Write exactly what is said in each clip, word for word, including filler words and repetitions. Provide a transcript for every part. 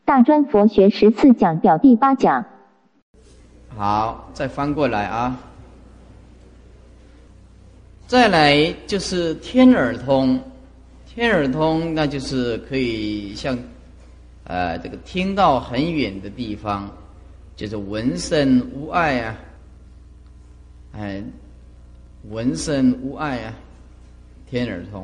大专佛学十四讲表第八讲。 好，再翻过来啊。再来就是天耳通，天耳通那就是可以像呃这个听到很远的地方，就是闻声无碍啊，哎，闻声无碍啊，天耳通。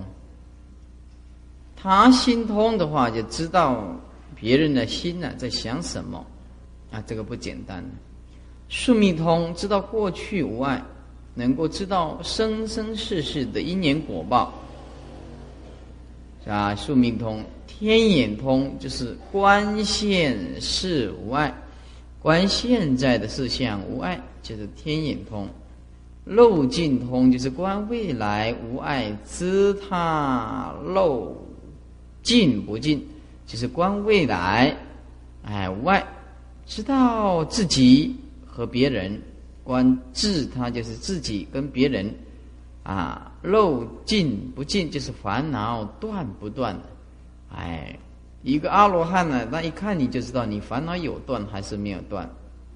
他心通的话，就知道别人的心呢、啊、在想什么啊，这个不简单。宿命通知道过去无碍，能够知道生生世世的因缘果报，是吧？宿命通。天眼通就是观现事无碍，观现在的事项无碍，就是天眼通。漏尽通就是观未来无碍，知他漏尽不尽，就是观未来，哎，无碍，知道自己和别人，观自他就是自己跟别人，啊，漏尽不尽就是烦恼断不断，哎，一个阿罗汉呢，那一看你就知道你烦恼有断还是没有断。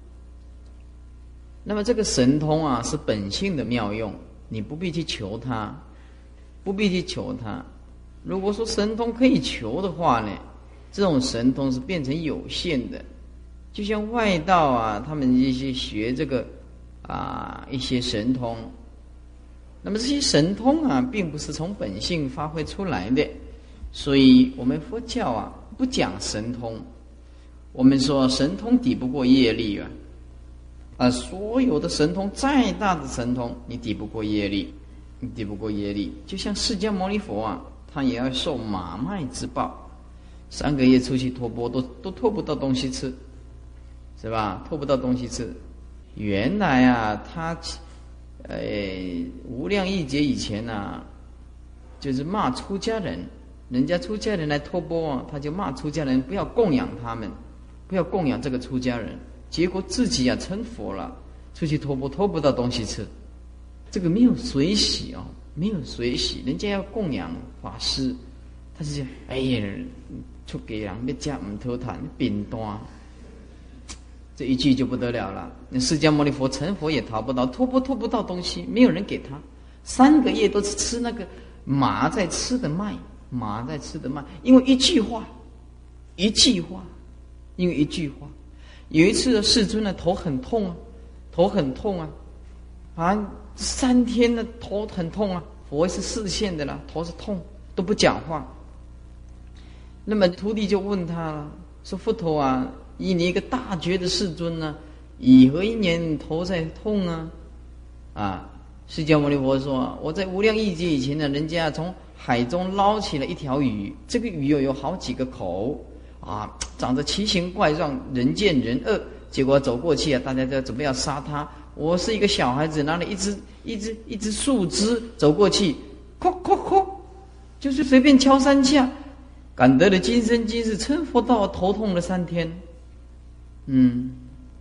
那么这个神通啊，是本性的妙用，你不必去求它，不必去求它。如果说神通可以求的话呢，这种神通是变成有限的，就像外道啊，他们一些学这个啊一些神通，那么这些神通啊，并不是从本性发挥出来的，所以我们佛教啊不讲神通，我们说神通抵不过业力啊，啊，所有的神通再大的神通，你抵不过业力，你抵不过业力，就像释迦牟尼佛啊。他也要受马麦之报，三个月出去托钵都都托不到东西吃，是吧？托不到东西吃。原来啊，他呃无量亿劫以前啊，就是骂出家人，人家出家人来托钵啊，他就骂出家人不要供养他们，不要供养这个出家人。结果自己啊成佛了，出去托钵托不到东西吃，这个没有水洗哦。没有水洗，人家要供养法师，他是讲哎呀，出家人要吃唔讨谈扁担，这一句就不得了了。那释迦牟尼佛成佛也逃不到，托钵托不到东西，没有人给他，三个月都是吃那个马在吃的麦，马在吃的麦，因为一句话，一句话，因为一句话。有一次的世尊呢，头很痛啊，头很痛啊，啊。三天的头很痛啊，佛是视线的啦，头是痛都不讲话。那么徒弟就问他了，说佛陀啊，以你一个大觉的世尊呢、啊，以何因缘头在痛啊？啊，释迦牟尼佛说，我在无量亿劫以前呢，人家从海中捞起了一条鱼，这个鱼又有好几个口啊，长得奇形怪状，人见人恶，结果走过去啊，大家就准备要杀他。我是一个小孩子，拿了一只一只一只树枝走过去，叩叩叩，就是随便敲三下，感得了今生今世成佛道，头痛了三天。嗯，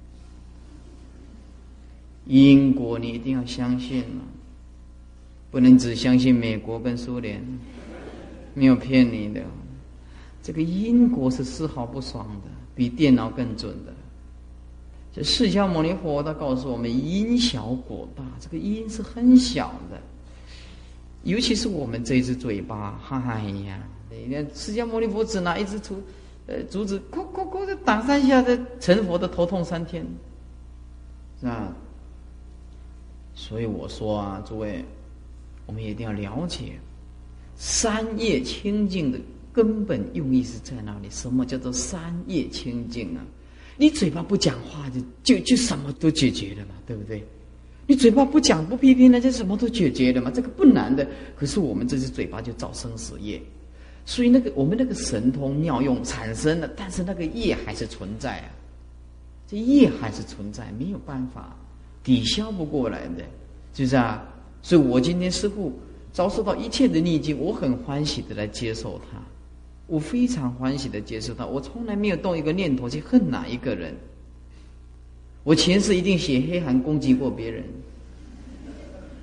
因果你一定要相信啊，不能只相信美国跟苏联，没有骗你的。这个因果是丝毫不爽的，比电脑更准的。这释迦牟尼佛他告诉我们，因小果大，这个因是很小的，尤其是我们这一只嘴巴，哎呀，你看释迦牟尼佛只拿一只竹，呃，竹子，咕咕咕的打三下，的成佛的头痛三天，是吧？所以我说啊，诸位，我们一定要了解，三业清净的根本用意是在哪里？什么叫做三业清净啊？你嘴巴不讲话，就就就什么都解决了嘛，对不对？你嘴巴不讲不批评，那就什么都解决了嘛，这个不难的。可是我们这只嘴巴就造生死业，所以那个我们那个神通妙用产生了，但是那个业还是存在啊，这业还是存在，没有办法抵消不过来的，是不是啊？所以我今天师父遭受到一切的逆境，我很欢喜的来接受它。我非常欢喜的接受他，我从来没有动一个念头去恨哪一个人。我前世一定写黑函攻击过别人，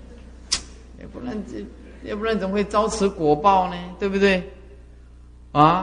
要不然要不然怎么会遭此果报呢？对不对？啊，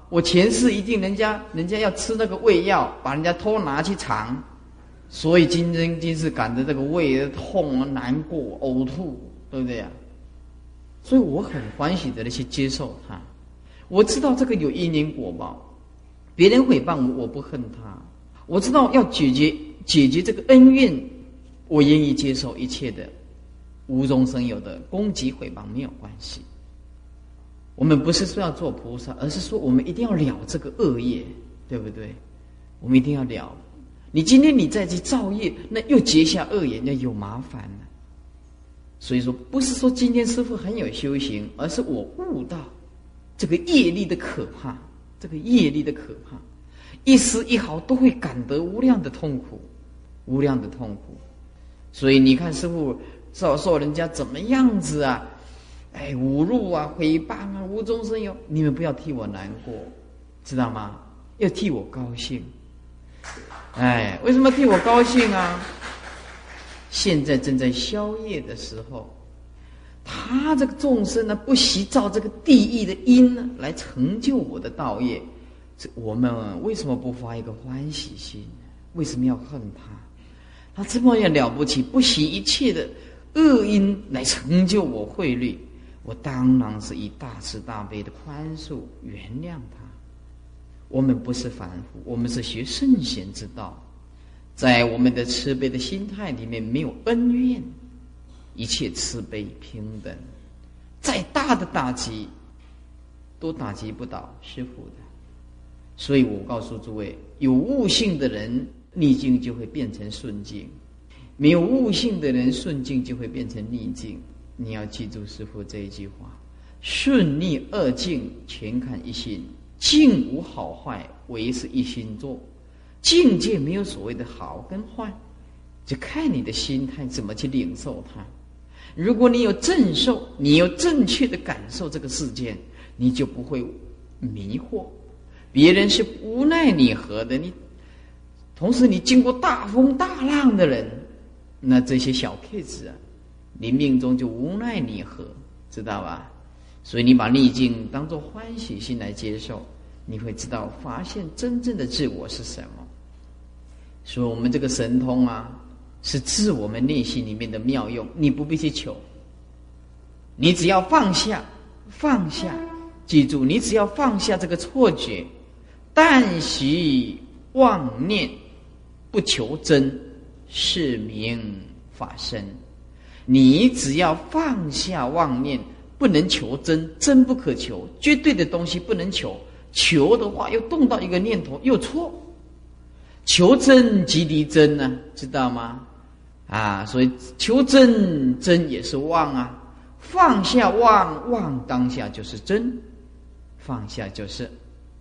我前世一定人家人家要吃那个胃药，把人家偷拿去尝，所以今生今世感觉这个胃痛啊、难过、呕吐，对不对啊？所以我很欢喜的去接受它。我知道这个有因缘果报，别人诽谤我，我不恨他。我知道要解决解决这个恩怨，我愿意接受一切的无中生有的攻击诽谤，没有关系。我们不是说要做菩萨，而是说我们一定要了这个恶业，对不对？我们一定要了。你今天你再去造业，那又结下恶缘，那有麻烦了。所以说，不是说今天师父很有修行，而是我悟到这个业力的可怕，这个业力的可怕，一丝一毫都会感得无量的痛苦，无量的痛苦。所以你看师父受受人家怎么样子啊？哎，侮辱啊，诽谤啊，无中生有，你们不要替我难过，知道吗？要替我高兴。哎，为什么替我高兴啊？现在正在消业的时候，他这个众生呢，不惜造这个地狱的因呢，来成就我的道业。这我们为什么不发一个欢喜心？为什么要恨他？他这么样了不起，不惜一切的恶因来成就我慧律，我当然是以大慈大悲的宽恕原谅他。我们不是凡夫，我们是学圣贤之道，在我们的慈悲的心态里面没有恩怨，一切慈悲平等，再大的打击都打击不倒师父的。所以我告诉诸位，有悟性的人逆境就会变成顺境，没有悟性的人顺境就会变成逆境。你要记住师父这一句话，顺逆二境全看一心，境无好坏，唯是一心做。境界没有所谓的好跟坏，就看你的心态怎么去领受它。如果你有正受，你有正确的感受这个世界，你就不会迷惑。别人是无奈你何的，你同时你经过大风大浪的人，那这些小 case 啊，你命中就无奈你何，知道吧？所以你把逆境当作欢喜心来接受，你会知道发现真正的自我是什么。所以我们这个神通啊，是自我们内心里面的妙用，你不必去求，你只要放下，放下，记住，你只要放下这个错觉，但习妄念，不求真，是名法身。你只要放下妄念，不能求真，真不可求，绝对的东西不能求，求的话又动到一个念头，又错。求真即离真呢、啊，知道吗？啊，所以求真，真也是妄啊。放下妄，妄当下就是真，放下就是。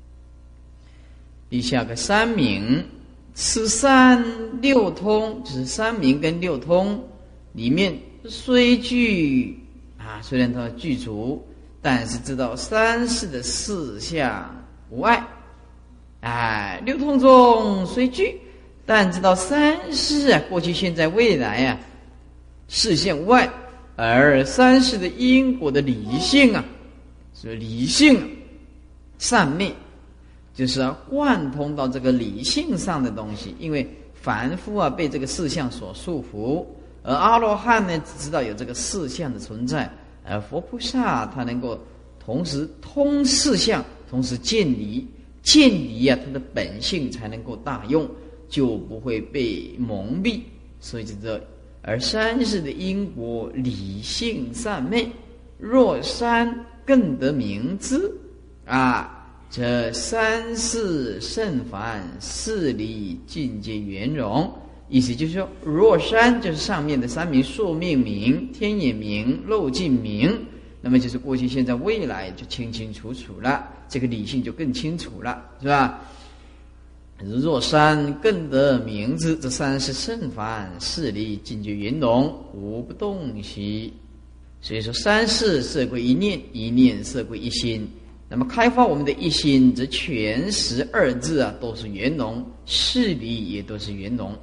第下个三明，此三六通，就是三明跟六通里面虽具啊，虽然它具足，但是知道三世的四相无碍。哎，六通中虽具，但知道三世啊，过去、现在、未来啊，四相无碍，而三世的因果的理性啊，所以理性、啊、善灭，就是要贯通到这个理性上的东西。因为凡夫啊，被这个四相所束缚，而阿罗汉呢，只知道有这个四相的存在，而佛菩萨他能够同时通四相，同时见离。见离啊，它的本性才能够大用，就不会被蒙蔽。所以就这，而三世的因果理性善昧，若三更得明知啊，这三世甚凡，四离境界圆融。意思就是说，若三就是上面的三明：宿命明、天眼明、漏尽明。那么就是过去、现在、未来就清清楚楚了，这个理性就更清楚了，是吧？若三更得明知，这三是甚凡，四离境界圆融，无不动息。所以说，三世摄归一念，一念摄归一心。那么开发我们的一心，则全十二字啊都是圆融，四离也都是圆融。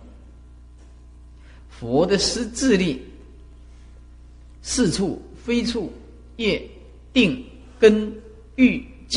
佛的十智力，四处非处。业、定、根、欲、界、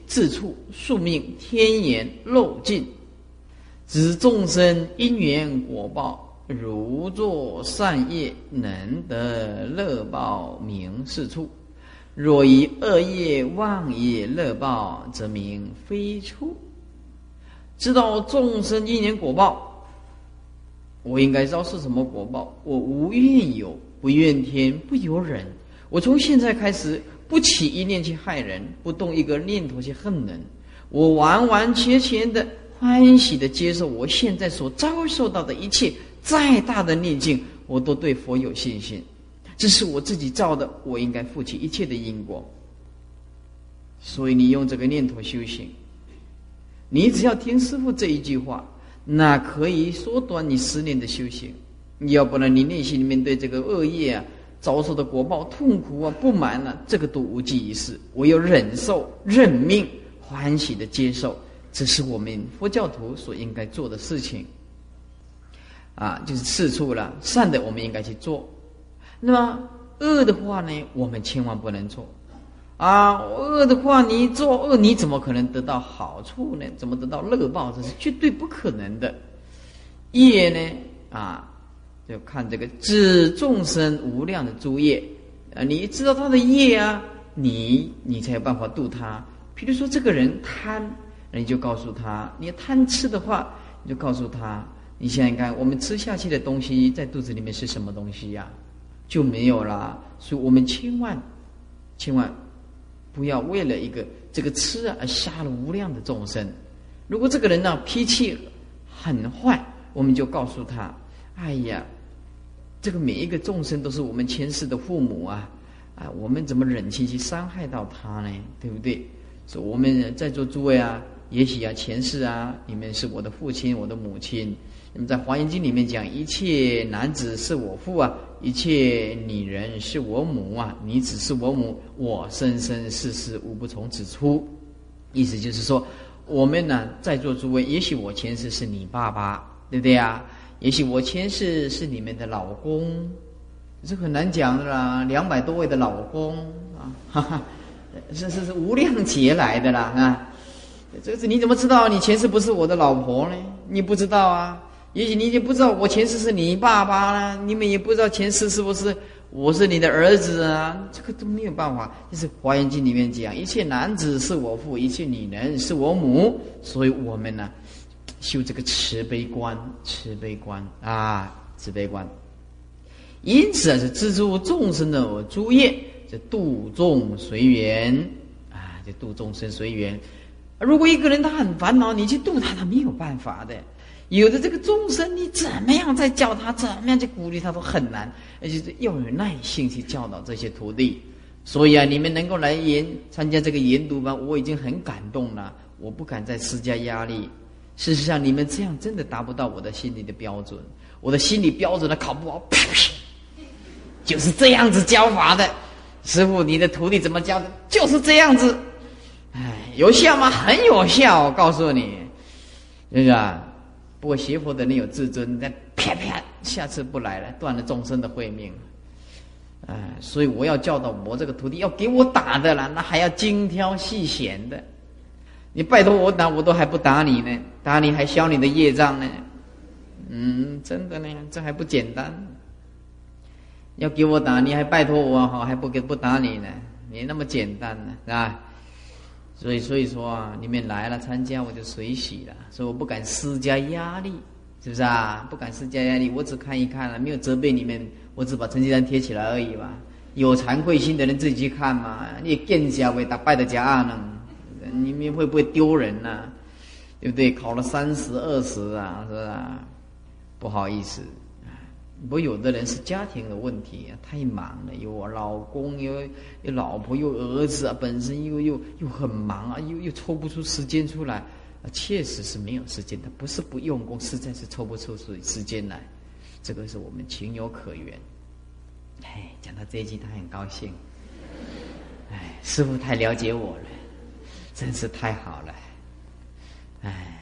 自处宿命天言漏尽，指众生因缘果报，如作善业能得乐报名是处，若以恶业妄业乐报，则名非处。知道众生因缘果报，我应该知道是什么果报。我无怨有，不怨天，不尤人。我从现在开始不起一念去害人，不动一个念头去恨人，我完完全全的欢喜的接受我现在所遭受到的一切，再大的逆境我都对佛有信心，这是我自己造的，我应该负起一切的因果。所以你用这个念头修行，你只要听师父这一句话，那可以缩短你十年的修行。要不然你内心里面对这个恶业啊遭受的果报痛苦啊不满啊，这个都无济于事。我有忍受认命欢喜的接受，这是我们佛教徒所应该做的事情啊，就是次处了。善的我们应该去做，那么恶的话呢，我们千万不能做啊！恶的话，你做恶，你怎么可能得到好处呢？怎么得到乐报？这是绝对不可能的。业呢，啊，就看这个指众生无量的诸业啊，你知道他的业啊，你你才有办法度他。比如说这个人贪，你就告诉他，你贪吃的话，你就告诉他，你想想看，我们吃下去的东西在肚子里面是什么东西呀、啊？就没有啦。所以我们千万千万不要为了一个这个吃啊而杀了无量的众生。如果这个人呢、啊、脾气很坏，我们就告诉他，哎呀，这个每一个众生都是我们前世的父母啊，啊，我们怎么忍心去伤害到他呢？对不对？所以我们在座诸位啊，也许啊前世啊你们是我的父亲我的母亲，那么在华严经里面讲，一切男子是我父啊，一切女人是我母啊，女子是我母，我生生世世无不从此出。意思就是说，我们呢在座诸位，也许我前世是你爸爸，对不对啊？也许我前世是你们的老公，这很难讲的啦，两百多位的老公啊，哈哈，是是是无量劫来的啦啊！这个是你怎么知道你前世不是我的老婆呢？你不知道啊。也许你也不知道我前世是你爸爸啦，你们也不知道前世是不是我是你的儿子啊，这个都没有办法。就是《华严经》里面讲，一切男子是我父，一切女人是我母，所以我们呢修这个慈悲观，慈悲观啊，慈悲观。因此啊，是知诸众生的诸业，这度众随缘啊，就度众生随缘。如果一个人他很烦恼，你去度他，他没有办法的。有的这个众生，你怎么样再教他，怎么样去鼓励他都很难，而且是要有耐心去教导这些徒弟。所以啊，你们能够来研参加这个研读班，我已经很感动了，我不敢再施加压力。事实上，你们这样真的达不到我的心理的标准，我的心理标准呢考不好，就是这样子教法的。师父，你的徒弟怎么教的？就是这样子。哎，有效吗？很有效，我告诉你，是不是啊？不过学佛的人有自尊，那啪啪，下次不来了，断了众生的慧命。哎，所以我要教导我这个徒弟，要给我打的啦，那还要精挑细选的。你拜托我打，我都还不打你呢，打你还消你的业障呢。嗯，真的呢，这还不简单。要给我打，你还拜托我好，还不给不打你呢，你那么简单呢，是吧？所以，所以说啊，你们来了参加，我就随喜了。所以我不敢施加压力，是不是啊？不敢施加压力，我只看一看了，没有责备你们，我只把成绩单贴起来而已吧。有惭愧心的人自己去看嘛。你见下为打败的家呢，你们会不会丢人呢、啊？对不对？考了三十二十啊，是吧？不好意思。不，有的人是家庭的问题啊，太忙了，有我老公，有有老婆，有儿子啊，本身又又又很忙啊，又又抽不出时间出来啊，确实是没有时间的，不是不用功，实在是抽不出时间来，这个是我们情有可原。哎，讲到这一句，他很高兴。哎，师父太了解我了，真是太好了。哎，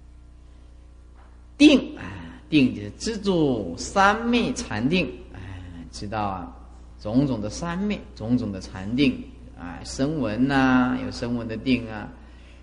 定啊。定就是知足三昧禅定，哎，知道啊，种种的三昧，种种的禅定，啊，声闻呐、啊，有声闻的定啊，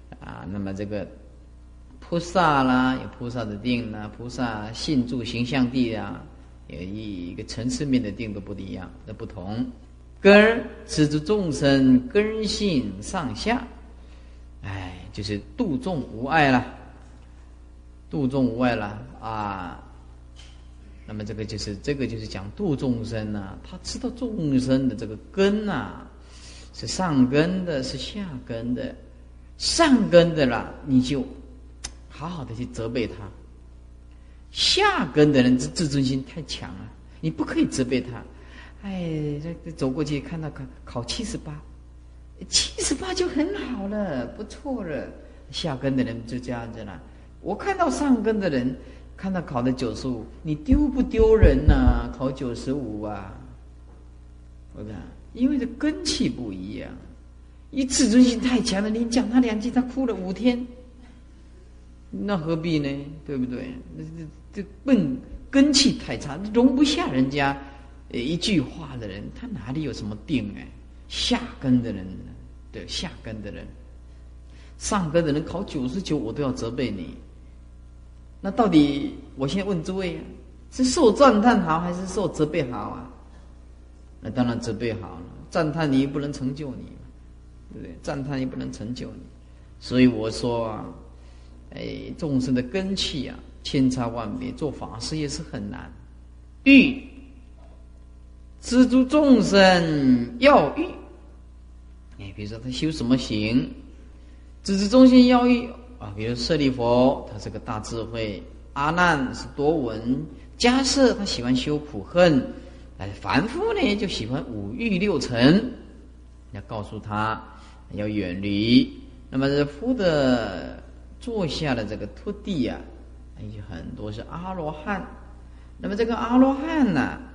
啊，那么这个菩萨啦，有菩萨的定啦，菩萨信住形象地啊，有一一个层次面的定都不一样，的不同。根儿持诸众生根性上下，哎，就是度众无碍啦，度众无碍啦啊。那么这个就是这个就是讲度众生啊，他知道众生的这个根啊，是上根的，是下根的。上根的啦，你就好好的去责备他；下根的人自自尊心太强了，你不可以责备他。哎，这走过去看到考考七十八，七十八就很好了，不错了。下根的人就这样子了。我看到上根的人，看到考的九十五，你丢不丢人呐、啊？考九十五啊？我看，因为这根气不一样。一自尊心太强了，你讲他两句，他哭了五天，那何必呢？对不对？这这笨根气太差，容不下人家一句话的人，他哪里有什么定哎？下根的人，对下根的人，上根的人考九十九，我都要责备你。那到底，我现在问诸位啊，是受赞叹好还是受责备好啊？那当然责备好了，赞叹你也不能成就你。对不对？赞叹也不能成就你，所以我说啊，哎，众生的根气啊，千差万别，做法师也是很难。欲知诸众生要欲，哎，比如说他修什么行，知诸众生要欲啊，比如舍利佛，他是个大智慧；阿难是多闻；迦叶他喜欢修苦恨；哎，凡夫呢就喜欢五欲六尘，要告诉他。要远离，那么这夫的坐下的这个徒弟啊，有很多是阿罗汉。那么这个阿罗汉呢、啊，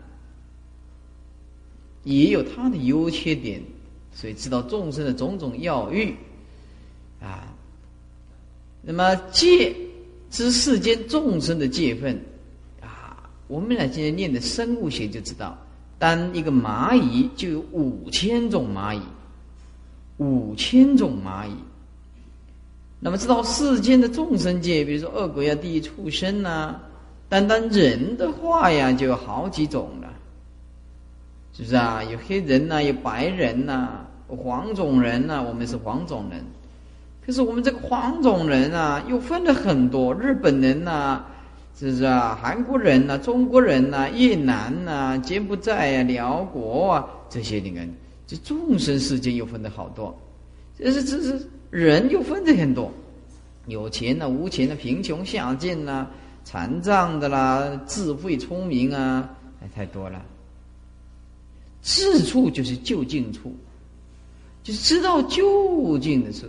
也有他的优缺点，所以知道众生的种种要欲啊。那么戒知世间众生的戒分啊，我们俩今天念的生物学就知道，单一个蚂蚁就有五千种蚂蚁。五千种蚂蚁，那么知道世间的众生界，比如说恶鬼啊、地狱畜生啊，单单人的话呀，就有好几种了，是不是啊？有黑人呐、啊，有白人呐、啊，黄种人呐、啊，我们是黄种人。可是我们这个黄种人啊，又分了很多，日本人呐、啊，是不是啊？韩国人呐、啊，中国人呐、啊，越南呐、啊，柬埔寨啊，辽国啊，这些你看。这众生世界又分得好多，这是这是人又分得很多，有钱呐、啊、无钱的、啊、贫穷下贱呐、啊、残障的啦、智慧聪明啊，哎，太多了。智处就是究竟处，就是知道究竟的事。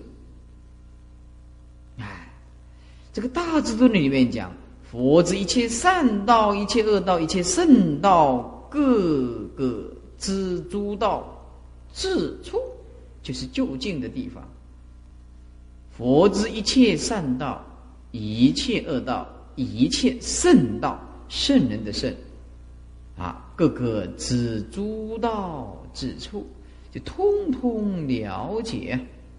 哎，这个大智度里面讲，佛知一切善道、一切恶道、一切圣道，各个知诸道。智处就是就近的地方。佛知一切善道、一切恶道、一切圣道，圣人的圣啊，各个知诸道之处，就通通了解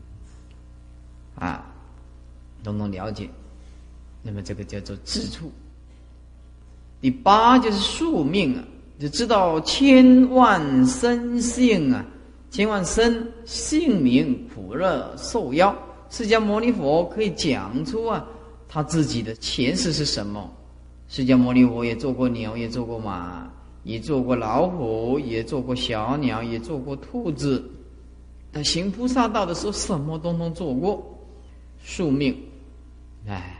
啊，通通了解。那么这个叫做智处。第八就是宿命啊，就知道千万生性啊。千万生姓名苦乐受夭，释迦牟尼佛可以讲出啊他自己的前世是什么。释迦牟尼佛也做过牛，也做过马，也做过老虎，也做过小鸟，也做过兔子。他行菩萨道的时候，什么通通做过。宿命，哎，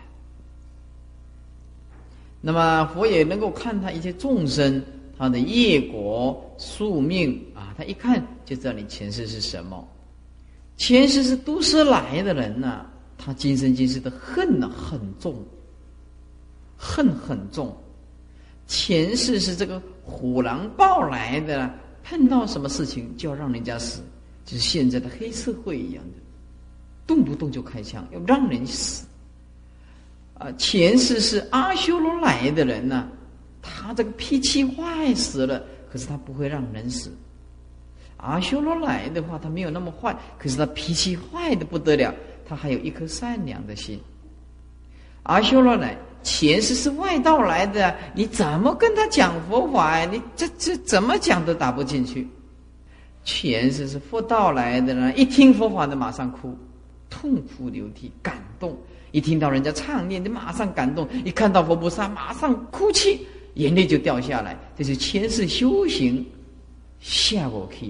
那么佛也能够看他一切众生他的业果宿命啊，他一看就知道你前世是什么。前世是都市来的人呐、啊，他今生今世的恨呢、啊、很重，恨很重。前世是这个虎狼豹来的，碰到什么事情就要让人家死，就是现在的黑社会一样的，动不动就开枪，要让人死。啊，前世是阿修罗来的人呐、啊，他这个脾气坏死了，可是他不会让人死。阿修罗来的话，他没有那么坏，可是他脾气坏的不得了， 他还有一颗善良的心。阿修罗来，前世是外道来的，你怎么跟他讲佛法呀？你这这怎么讲都打不进去。前世是佛道来的呢，一听佛法的马上哭，痛哭流涕，感动。一听到人家唱念，你马上感动；一看到佛菩萨，马上哭泣，眼泪就掉下来。这是前世修行下过去。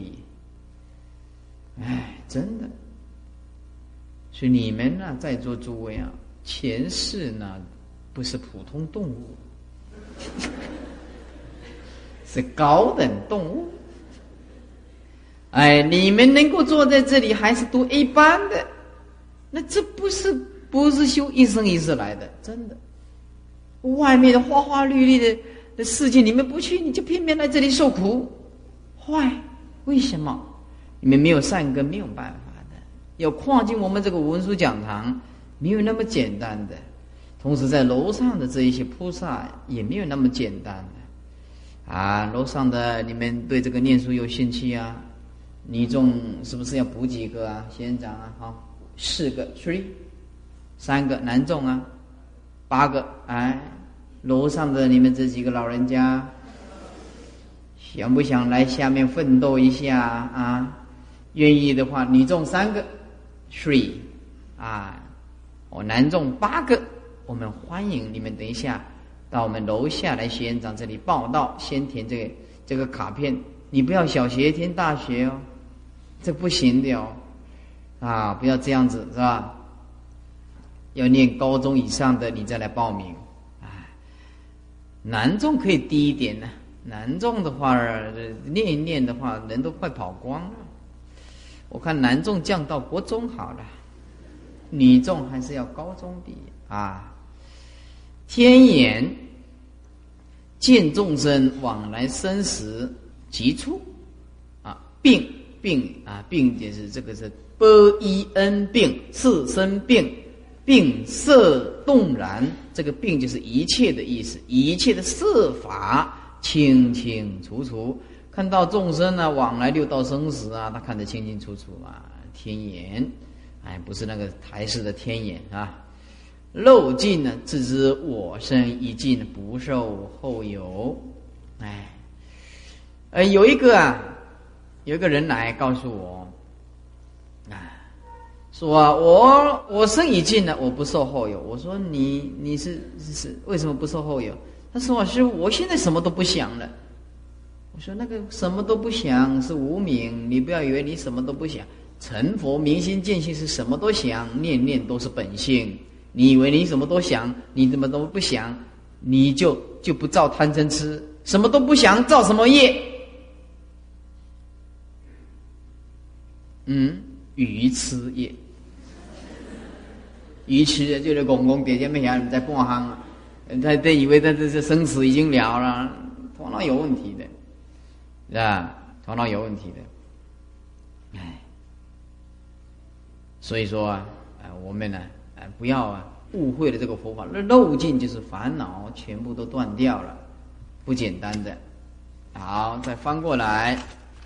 哎，真的。所以你们呢、啊，在座诸位啊，前世呢不是普通动物，是高等动物。哎，你们能够坐在这里，还是读 A 班的，那这不是不是修一生一世来的，真的。外面的花花绿绿的的世界，你们不去，你就偏偏来这里受苦，坏？为什么？你们没有善根，没有办法的。要跨进我们这个文殊讲堂，没有那么简单的。同时，在楼上的这一些菩萨也没有那么简单的。啊，楼上的你们对这个念书有兴趣啊？女众是不是要补几个啊？仙人掌啊，好，四个 three， 三个男众啊，八个。哎，楼上的你们这几个老人家，想不想来下面奋斗一下啊？愿意的话，女众三个 three， 啊，我男众八个，我们欢迎你们。等一下到我们楼下来仙人掌这里报到，先填这个这个卡片。你不要小学填大学哦，这不行的哦，啊，不要这样子是吧？要念高中以上的你再来报名。哎，男众可以低一点呢、啊，男众的话念一念的话，人都快跑光了。我看男众降到国中好了，女众还是要高中毕业啊。天眼见众生往来生死急促啊，病病啊，病就是这个是波伊恩病，次生病，病色动然，这个病就是一切的意思，一切的色法清清楚楚。看到众生呢、啊、往来六道生死啊，他看得清清楚楚啊。天眼，哎，不是那个台式的天眼啊。漏尽呢，自知我身已尽，不受后有。哎，呃，有一个啊，有一个人来告诉我，啊，说啊，我我身已尽了，我不受后有。我说你你是是是为什么不受后有？他说啊，师父，我现在什么都不想了。我说那个什么都不想是无明，你不要以为你什么都不想。成佛明心见性是什么都想，念念都是本性。你以为你什么都想，你怎么都不想，你就就不造贪嗔痴，什么都不想，造什么业？嗯，愚痴业。愚痴就是公公爹爹没想在半行，他他以为他这是生死已经了了，头脑有问题的。是吧？头脑有问题的，哎，所以说啊，啊我们呢，啊不要啊误会了这个佛法，那漏尽就是烦恼全部都断掉了，不简单的。好，再翻过来，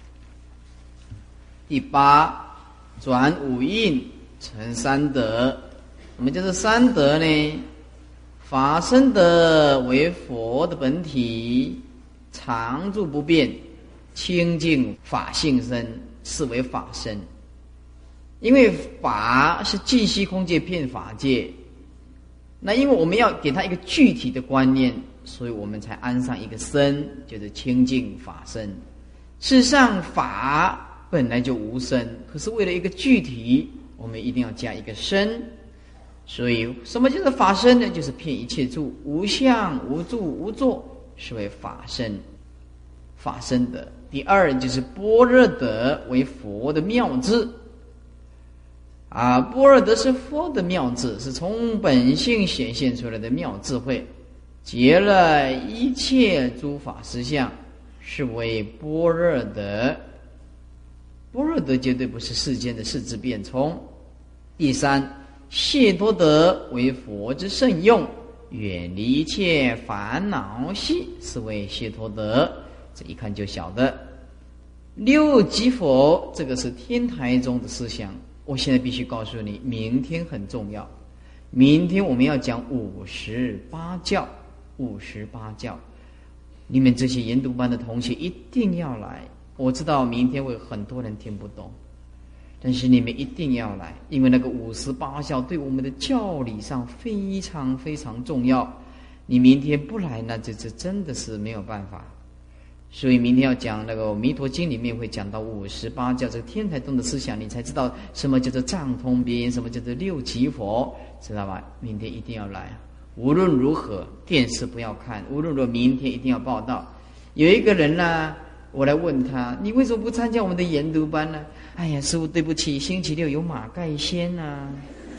第八，转五蕴成三德。我们就是三德呢，法身德为佛的本体，常住不变。清净法性身，是为法身。因为法是尽虚空界遍法界，那因为我们要给他一个具体的观念，所以我们才安上一个身，就是清净法身。事实上法本来就无身，可是为了一个具体，我们一定要加一个身。所以什么叫做法身呢？就是遍一切住，无相无住无作，是为法身。法身德。第二就是般若德为佛的妙智啊，般若德是佛的妙智，是从本性显现出来的妙智慧，结了一切诸法实相，是为般若德。般若德绝对不是世间的世智变聪。第三，解脱德为佛之圣用，远离一切烦恼系，是为解脱德。这一看就晓得。六即佛，这个是天台宗的思想， 我现在必须告诉你，明天很重要。明天我们要讲五十八教，五十八教，你们这些研读班的同学一定要来。我知道明天会有很多人听不懂，但是你们一定要来，因为那个五十八教对我们的教理上非常非常重要。你明天不来，那这这真的是没有办法。所以明天要讲那个《弥陀经》里面会讲到五十八教这个天台宗的思想，你才知道什么叫做藏通别言，什么叫做六即佛，知道吧？明天一定要来，无论如何电视不要看，无论如何明天一定要报道。有一个人呢，我来问他，你为什么不参加我们的研读班呢？哎呀，师父对不起，星期六有马盖先啊，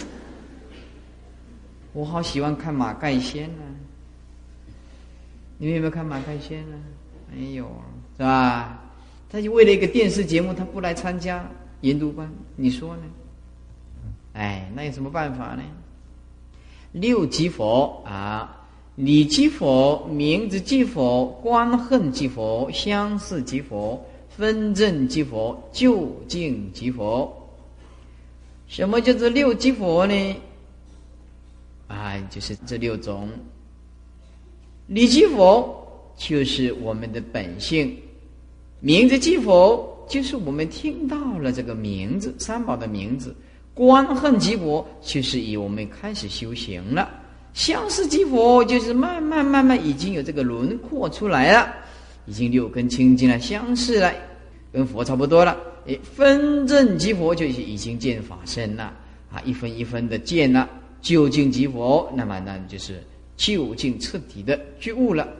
我好喜欢看马盖先啊。你们有没有看马盖先啊？没有，是吧？他就为了一个电视节目，他不来参加研读班，你说呢？哎，那有什么办法呢？六即佛啊，理即佛，名字即佛，观恨即佛，相似即佛，分证即佛，究竟即佛。什么叫做六即佛呢？啊，就是这六种。理即佛就是我们的本性，名字即佛就是我们听到了这个名字，三宝的名字。观恨即佛就是以我们开始修行了，相似即佛就是慢慢慢慢已经有这个轮廓出来了，已经六根清净了，相似了，跟佛差不多了。诶，分证即佛就是已经见法身了啊，一分一分的见了。究竟即佛，那么那就是究竟彻底的觉悟了。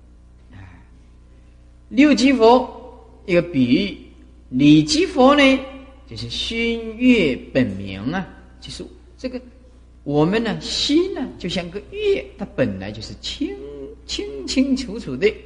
六即佛一个比喻，理即佛呢，就是心月本明啊，就是这个我们呢心呢就像个月，它本来就是清清清楚楚的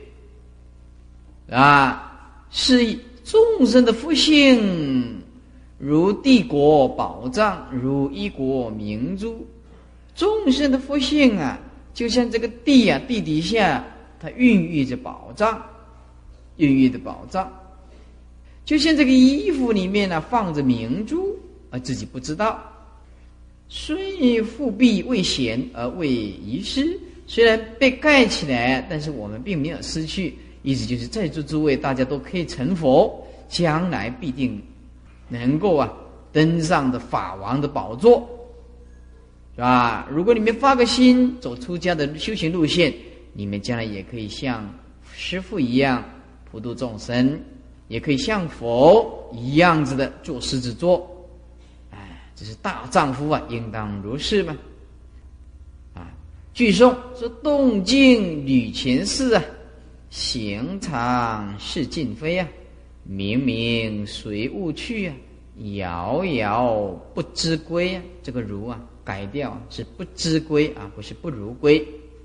啊，是以众生的福性如帝国宝藏，如一国明珠。众生的福性啊，就像这个地啊，地底下它孕育着宝藏，孕育的宝藏，就像这个衣服里面呢、啊、放着明珠，而自己不知道。虽复辟未显而未遗失，虽然被盖起来，但是我们并没有失去。意思就是在座诸位大家都可以成佛，将来必定能够啊登上的法王的宝座，是吧？如果你们发个心走出家的修行路线，你们将来也可以像师父一样普度众生，也可以像佛一样子的做狮子座。哎，这是大丈夫啊，应当如是嘛。啊，据颂说动静履前世啊，行常是尽非啊，明明随物去啊，遥遥不知归啊。这个如啊改掉啊，是不知归啊，不是不如归。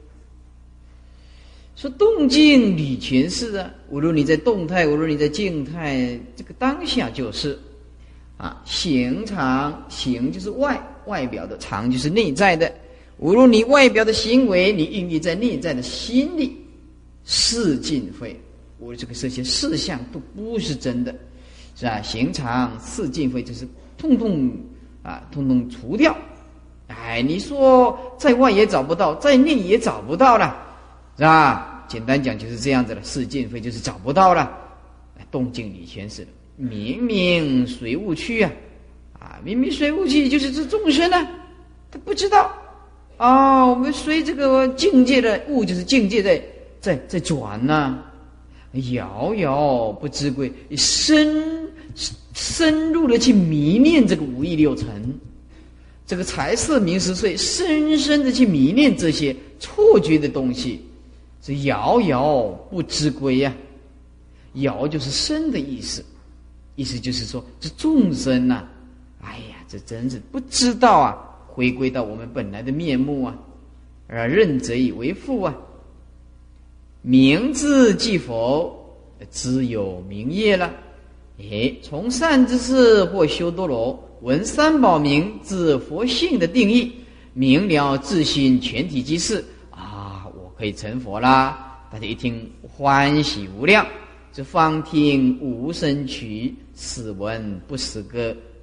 说动静履全是啊，无论你在动态，无论你在静态，这个当下就是啊。行常，行就是外外表的，常就是内在的。无论你外表的行为，你孕育在内在的心里，事尽废。我这个这些事项都不是真的，是吧？行常事尽废，就是通通啊，通通除掉。哎，你说在外也找不到，在内也找不到了。是吧？简单讲就是这样子了，事尽废就是找不到了，动静里全是明明随物去啊，啊，明明随物去就是这众生呢，他不知道啊，我们随这个境界的物就是境界在在在转呢、啊，遥遥不知归，深深入的去迷恋这个五欲六尘，这个财色名食睡，深深的去迷恋这些错觉的东西。是遥遥不知归呀、啊，遥就是深的意思，意思就是说这众生呐、啊，哎呀，这真是不知道啊，回归到我们本来的面目啊，而认则以为父啊。明字即佛，知有明业了。诶，从善之事或修多罗，闻三宝名知佛性的定义，明了自心全体即是。可以成佛啦！大家一听欢喜无量，这方听无声曲，此闻不识歌，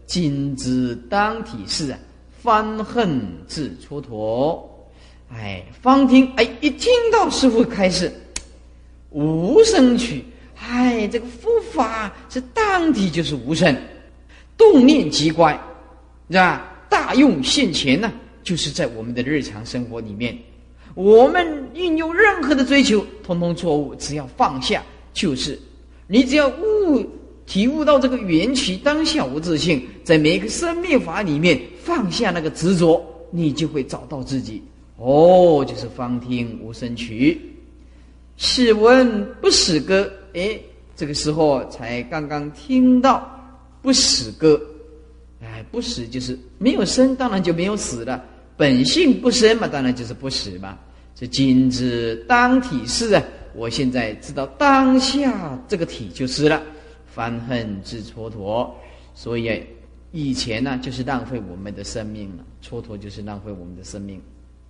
今之当体是啊，翻恨自蹉跎。哎，方听哎，一听到师父开示无生趣，哎，这个佛法是当体就是无生，动念即乖，是吧？大用现前呢、啊，就是在我们的日常生活里面，我们运用任何的追求，通通错误。只要放下，就是你只要悟体悟到这个缘起当下无自性，在每一个生灭法里面放下那个执着，你就会找到自己。哦，就是方听无生趣，试闻不死歌。哎，这个时候才刚刚听到不死歌。哎，不死就是没有生，当然就没有死了。本性不生嘛，当然就是不死嘛。这今之当体是啊，我现在知道当下这个体就是了。翻恨自蹉跎，所以以前呢、啊，就是浪费我们的生命了，蹉跎就是浪费我们的生命。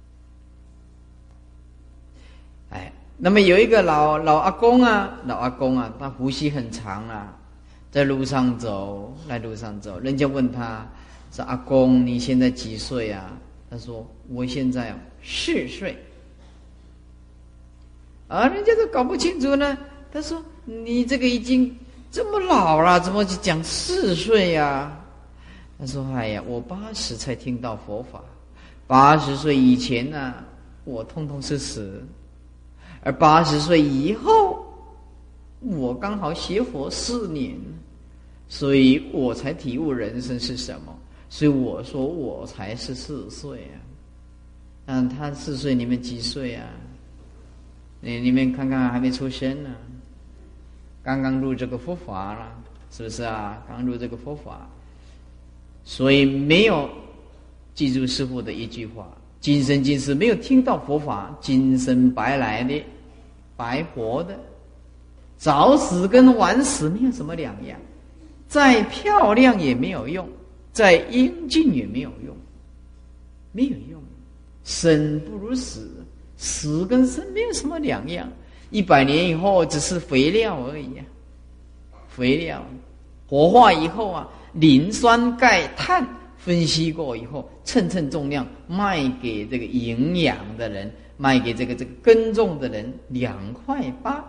哎，那么有一个老老阿公啊，老阿公啊，他胡须很长啊，在路上走，在路上走，人家问他说：“阿公，你现在几岁啊？”他说：“我现在四岁。”啊，人家都搞不清楚呢。他说：“你这个已经这么老了，怎么就讲四岁呀？”他说：“哎呀，我八十才听到佛法，八十岁以前呢、啊，我通通是死。而八十岁以后，我刚好学佛四年，所以我才体悟人生是什么。所以我说我才是四岁啊。嗯，他四岁，你们几岁啊？你你们看看，还没出生呢，刚刚入这个佛法了，是不是啊？刚入这个佛法，所以没有记住师父的一句话。今生今世没有听到佛法，今生白来的，白活的，早死跟晚死没有什么两样，再漂亮也没有用，再英俊也没有用，没有用，生不如死，死跟生没有什么两样，一百年以后只是肥料而已啊，肥料，火化以后啊，磷酸钙碳。分析过以后，称称重量卖给这个营养的人，卖给这个这个耕种的人两块八。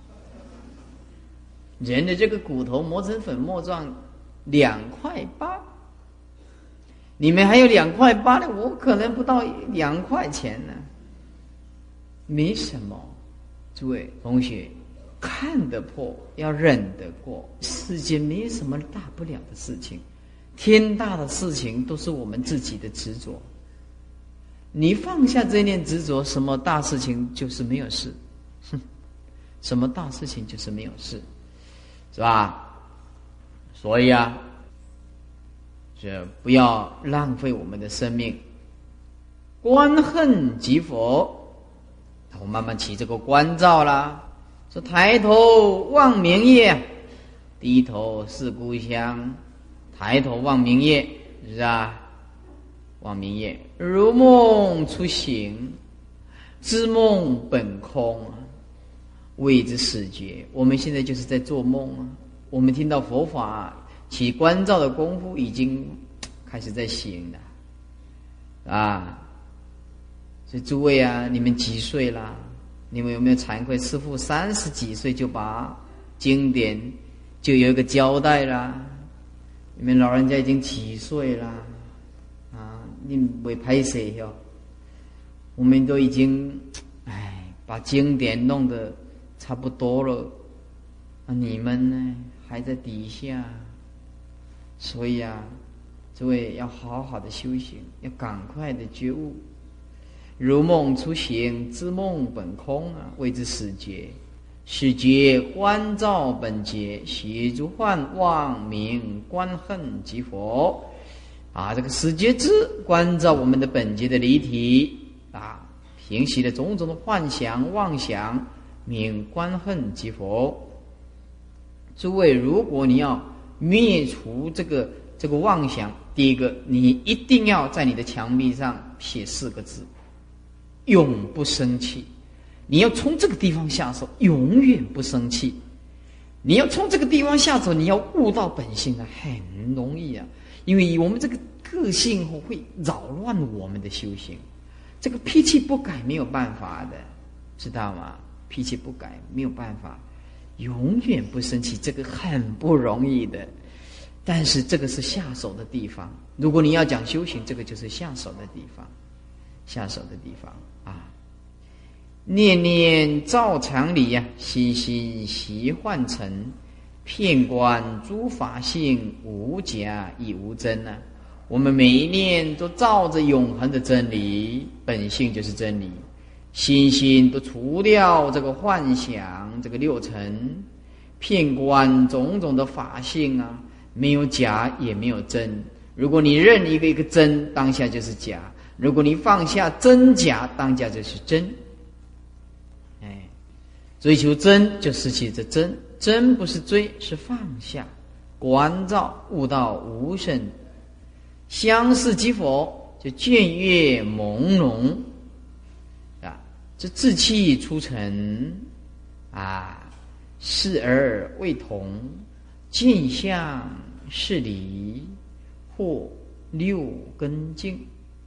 人的这个骨头磨成粉末状，两块八。你们还有两块八呢，我可能不到两块钱呢，没什么。诸位同学，看得破，要忍得过，世界没什么大不了的事情。天大的事情都是我们自己的执着，你放下这念执着，什么大事情就是没有事，哼，什么大事情就是没有事，是吧？所以啊，这不要浪费我们的生命。观恨即佛，我慢慢起这个关照啦。说抬头望明月，低头思故乡。抬头望明月，是吧？望明月，如梦初醒，知梦本空，谓之始觉。我们现在就是在做梦啊！我们听到佛法起关照的功夫，已经开始在醒了啊！所以诸位啊，你们几岁啦？你们有没有惭愧？师父三十几岁就把经典就有一个交代啦。你们老人家已经几岁了啊？你不拍谁哟？我们都已经哎把经典弄得差不多了啊，你们呢还在底下，所以啊，诸位要好好的修行，要赶快的觉悟。如梦初醒，知梦本空啊，谓之始觉。始觉观照本觉，习诸幻妄明观恨即佛。啊，这个始觉知观照我们的本觉的离体啊，平息了种种的幻想妄想，明观恨即佛。诸位，如果你要灭除这个这个妄想，第一个，你一定要在你的墙壁上写四个字：永不生气。你要从这个地方下手，永远不生气。你要从这个地方下手，你要悟到本性啊，很容易啊。 因为我们这个个性会扰乱我们的修行。这个脾气不改没有办法的，知道吗？脾气不改没有办法，永远不生气，这个很不容易的。但是这个是下手的地方，如果你要讲修行，这个就是下手的地方，下手的地方啊。念念照常理呀、啊，心心习幻成，遍观诸法性，无假亦无真啊。我们每一念都照着永恒的真理，本性就是真理，心心都除掉这个幻想，这个六尘，遍观种种的法性啊，没有假也没有真。如果你认一个一个真，当下就是假；如果你放下真假，当下就是真。哎，追求真就失去这真，真不是追，是放下，观照悟到无生。相似即佛，就见月朦胧啊，这志气出尘啊，视而未同，见相是理，或六根净。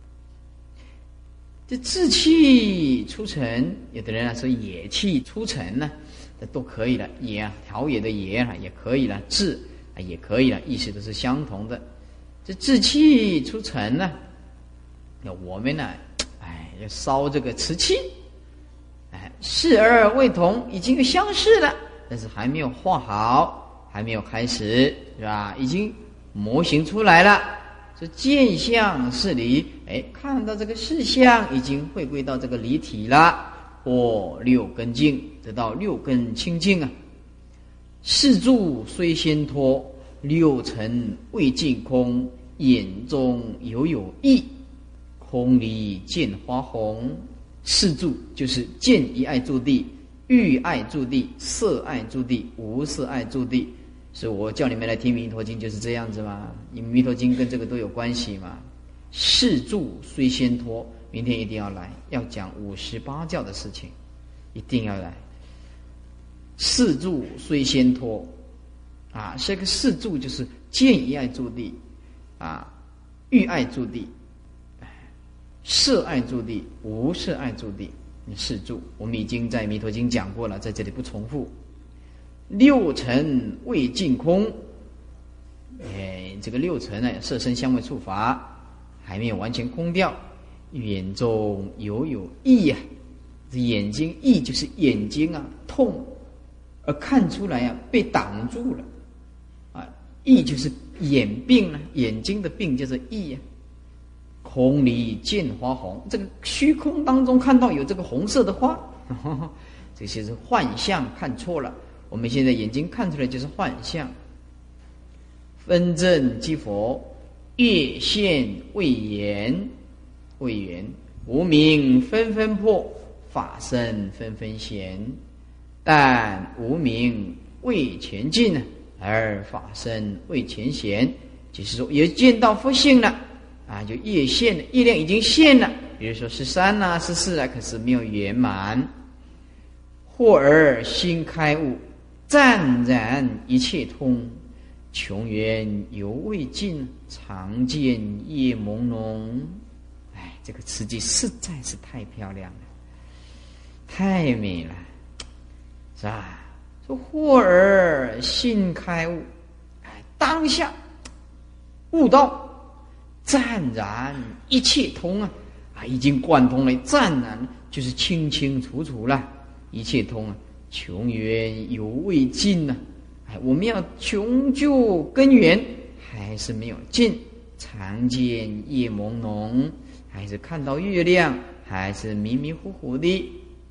这志气出尘，有的人啊说野气出尘呢、啊，这都可以了，野啊，调野的野啊也可以了，志啊也可以了，意思都是相同的。这志气出尘呢，那我们呢，哎，要烧这个瓷器，哎，视而未同，已经相似了，但是还没有画好，还没有开始，是吧？已经模型出来了，这见相是理，哎，看到这个事相已经回归到这个离体了，或六根净，得到六根清净啊。四柱虽先脱，六尘未尽空，眼中犹有意，空里见花红。四柱就是见一爱住地，欲爱住地，色爱住地，无色爱住地。所以我叫你们来听弥陀经就是这样子嘛，因为弥陀经跟这个都有关系嘛。四柱虽先脱，明天一定要来，要讲五十八教的事情，一定要来。四柱虽先脱啊，这个四柱就是见一爱住地啊，欲爱住地，色爱住地，无色爱住地，四柱我们已经在弥陀经讲过了，在这里不重复。六尘未尽空，哎，这个六尘呢，色身香味触法还没有完全空掉，眼中犹有意呀、啊，这眼睛意就是眼睛啊痛，而看出来啊被挡住了啊，意就是眼病啊，眼睛的病叫做意啊。空里见花红，这个虚空当中看到有这个红色的花，呵呵，这些是幻象，看错了。我们现在眼睛看出来就是幻象。分正即佛，月现未言，未言无明纷纷破，法身纷纷显，但无明未前进，而法身未前显，就是说也见到佛性了啊，就业现了，业量已经现了，比如说十三啊、十四啊，可是没有圆满。或而心开悟，湛然一切通，穷源犹未尽，常见业朦胧。哎，这个词句实在是太漂亮了，太美了，是吧？说或而心开悟，哎，当下悟到湛然一切通啊，啊，已经贯通了，湛然就是清清楚楚了，一切通啊。穷源犹未尽呢、啊，哎，我们要穷究根源，还是没有尽。常见夜朦胧，还是看到月亮，还是迷迷糊糊的。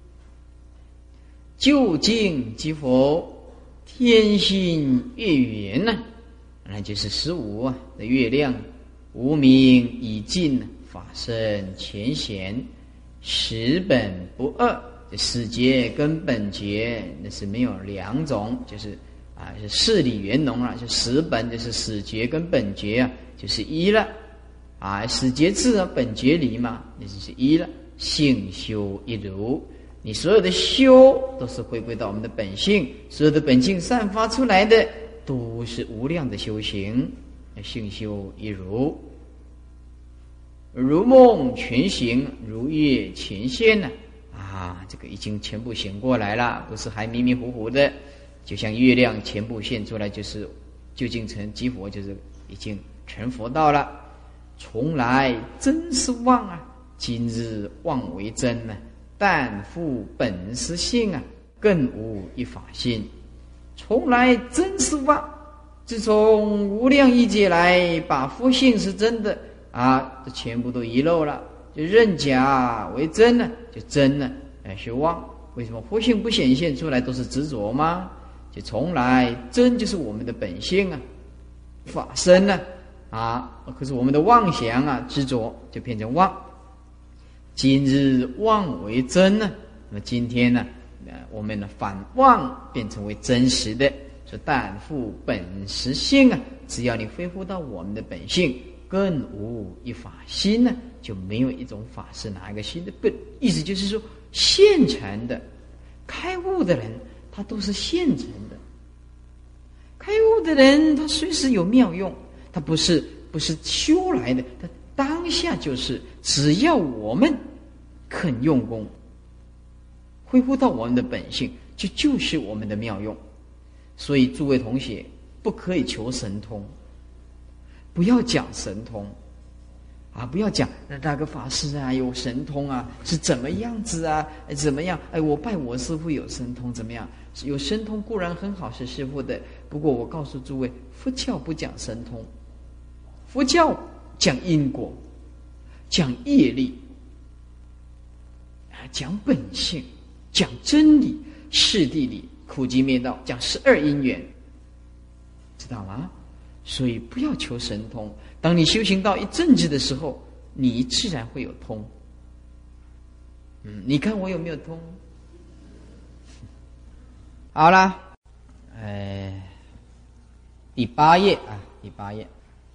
究竟即佛，天心月圆呢、啊，那就是十五啊的月亮。无明已尽，法身前显，实本不二。始觉跟本觉那是没有两种，就是啊是事理圆融了，就始本就是始觉跟本觉啊，就是一了啊，始觉智啊，本觉理嘛，那就是一了。性修一如，你所有的修都是回归到我们的本性，所有的本性散发出来的都是无量的修行性修一如，如梦全醒，如月前现呢、啊。啊，这个已经全部醒过来了，不是还迷迷糊糊的，就像月亮全部现出来，就是究竟成即佛，就是已经成佛道了。从来真是妄啊，今日妄为真呢、啊，但复本是性啊，更无一法心。从来真是妄，自从无量亿劫来，把佛性是真的啊，这全部都遗漏了，就认假为真呢，就真呢，哎是妄。为什么佛性不显现出来都是执着吗？就从来真就是我们的本性啊，法身呢 啊, 啊，可是我们的妄想啊执着就变成妄。今日妄为真呢，那么今天呢，呃，我们呢反妄变成为真实的，说但复本实性啊，只要你恢复到我们的本性，更无一法心呢，就没有一种法是哪一个心的本。意思就是说，现成的开悟的人，他都是现成的。开悟的人，他随时有妙用，他不是不是修来的，他当下就是，只要我们肯用功，恢复到我们的本性，就就是我们的妙用。所以诸位同学，不可以求神通，不要讲神通啊，不要讲那那个法师啊有神通啊，是怎么样子啊，怎么样？哎，我拜我师父有神通，怎么样？有神通固然很好，是师父的。不过我告诉诸位，佛教不讲神通，佛教讲因果，讲业力，讲本性，讲真理，世谛理，苦集灭道，讲十二因缘，知道吗？所以不要求神通。当你修行到一阵子的时候，你自然会有通。嗯，你看我有没有通？好了，呃，第八页啊，第八页。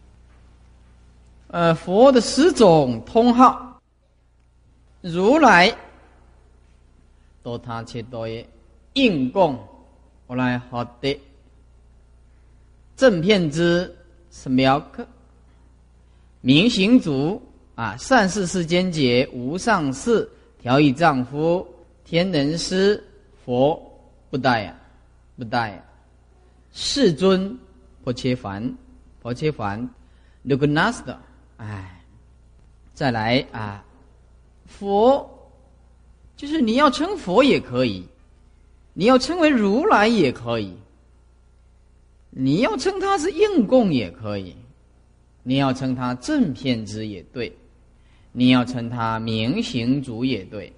呃，佛的十种通号，如来多他切多耶，应供我来好的正片之是苗克，明行足啊，善事世间解，无上士，调御丈夫，天人师，佛不待呀、啊，不待呀、啊，世尊婆切梵，婆切梵 Lugnasta， 哎，再来啊，佛就是你要称佛也可以，你要称为如来也可以，你要称他是应供也可以，你要称他正片之也对，你要称他明行足也对，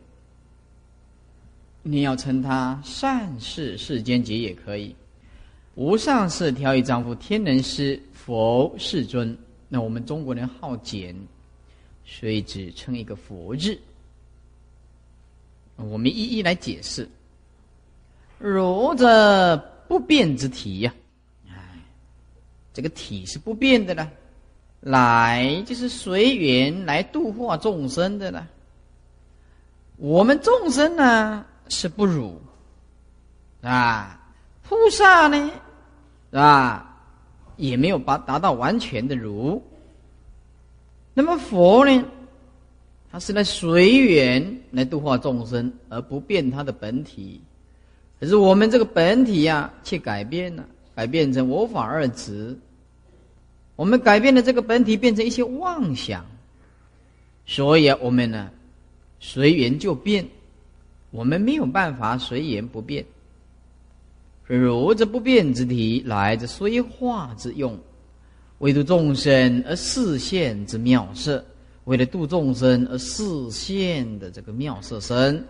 你要称他善事世间解也可以，无上士调御丈夫天人师佛世尊。那我们中国人好简，所以只称一个佛字。我们一一来解释。如这不变之体呀、啊，哎，这个体是不变的了，来就是随缘来度化众生的了。我们众生呢是不辱啊，菩萨呢啊也没有达达到完全的如。那么佛呢，他是来随缘来度化众生，而不变他的本体。可是我们这个本体呀、啊，却改变了，改变成我法二执。我们改变了这个本体，变成一些妄想，所以啊，我们呢随缘就变，我们没有办法随缘不变。如这不变之体，来自虽化之用，为度众生而示现之妙色，为了度众生而示现的这个妙色身，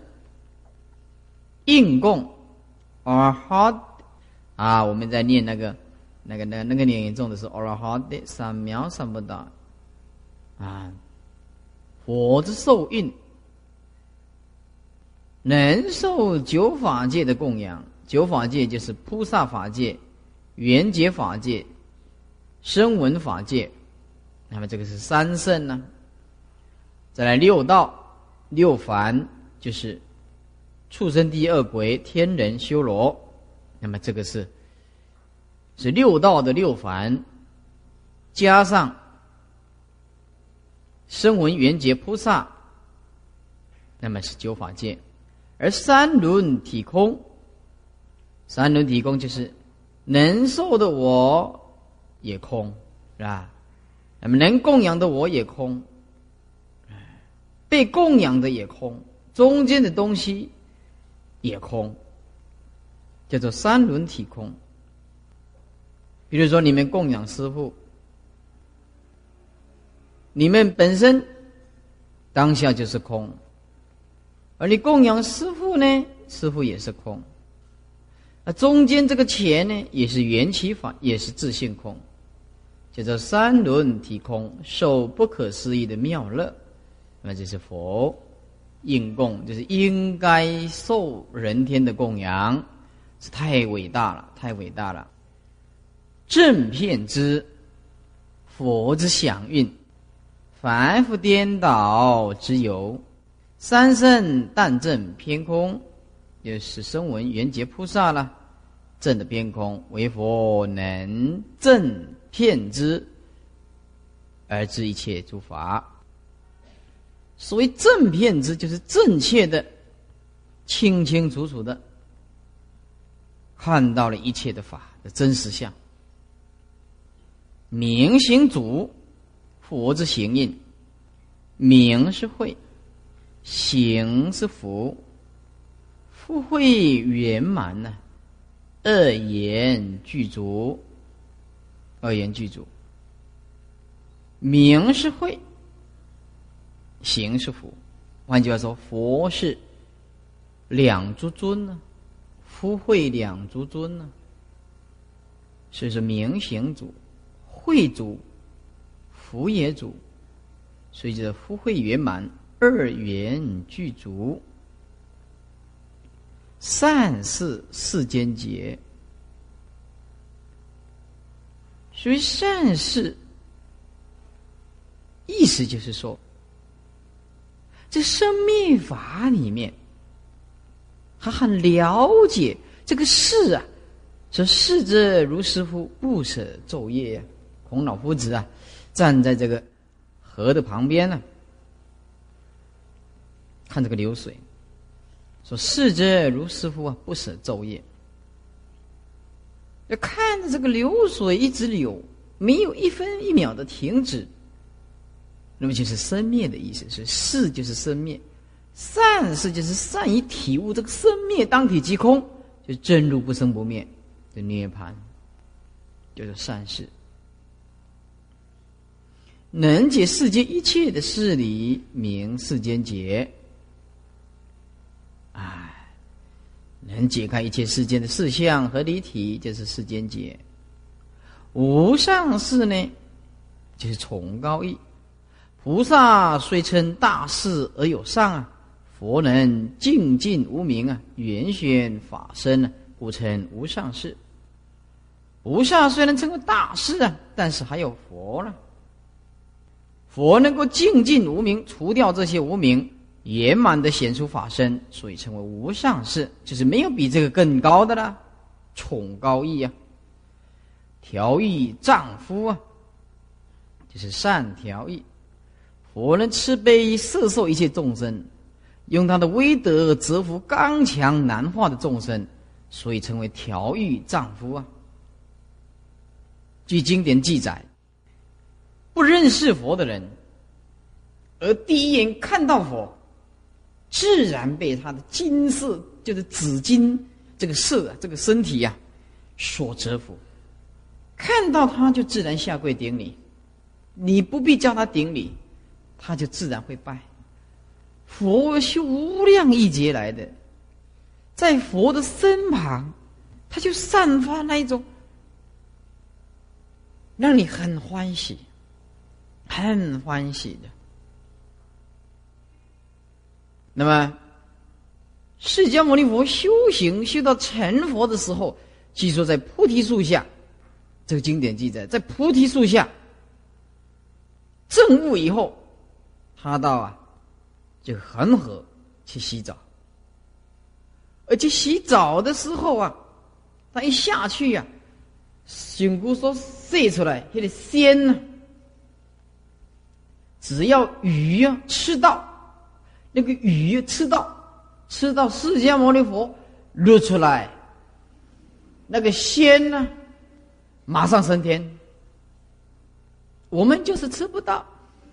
应供而好啊！我们在念那个、那个、那个、那个念严重的是 or 好的三藐三菩提啊，佛之受印，能受九法界的供养。九法界就是菩萨法界、缘觉法界、声闻法界，那么这个是三圣呢。再来六道、六凡，就是畜生、地狱、恶鬼、天人、修罗，那么这个是是六道的六凡。 加上声闻缘觉菩萨，那么是九法界。而三轮体空，三轮体空就是能受的我也空，是吧？那么能供养的我也空，被供养的也空，中间的东西也空，叫做三轮体空。比如说你们供养师父，你们本身当下就是空，而你供养师父呢，师父也是空。那中间这个钱呢，也是缘起法，也是自性空，叫做三轮体空，受不可思议的妙乐。那么这是佛应供，就是应该受人天的供养，是太伟大了，太伟大了。正遍知佛之响应，凡夫颠倒之有。三圣但证偏空，也是声闻缘觉菩萨了，证的偏空，为佛能正遍知而知一切诸法。所谓正遍知，就是正确的、清清楚楚的看到了一切的法的真实相。明行主，佛之行印，明是慧，行是福，福慧圆满呢、啊，二言具足，二言具足。明是慧，行是福。换句话说，佛是两足尊呢、啊，福慧两足尊呢、啊，所以说明行主，慧主，福也主，所以叫福慧圆满，二元具足。善事世间结，所以善事意思就是说，这生灭法里面，他很了解这个事啊，说逝者如斯夫，不舍昼夜啊。孔老夫子啊，站在这个河的旁边呢、啊，看这个流水，说逝者如斯夫啊，不舍昼夜。要看着这个流水一直流，没有一分一秒的停止，那么就是生灭的意思。是事就是生灭，善事就是善于体悟这个生灭当体即空，就真如不生不灭的涅槃，就是善事。能解世间一切的事理，名世间解。哎，能解开一切世间的事项和离体，就是世间解。无上士呢，就是崇高义。菩萨虽称大士而有上啊，佛能净尽无明啊，圆宣法身啊，故称无上士。菩萨虽然称为大士啊，但是还有佛了。佛能够净尽无明，除掉这些无明，圆满的显出法身，所以称为无上士，就是没有比这个更高的了。崇高义啊，调御丈夫啊，就是善调御。佛能慈悲摄受一切众生，用他的威德折服刚强难化的众生，所以称为调御丈夫啊。据经典记载，不认识佛的人，而第一眼看到佛，自然被他的金色，就是紫金这个色啊，这个身体啊所折服，看到他就自然下跪顶礼，你不必叫他顶礼，他就自然会拜。佛修无量亿劫来的，在佛的身旁，他就散发那一种让你很欢喜很欢喜的。那么释迦牟尼佛修行修到成佛的时候，据说在菩提树下，这个经典记载，在菩提树下证悟以后，他到啊这个恒河去洗澡，而且洗澡的时候啊，他一下去啊，身躯所射出来那个仙啊， 只要鱼啊吃到，那个鱼吃到吃到释迦牟尼佛露出来，那个仙呢马上升天。我们就是吃不到，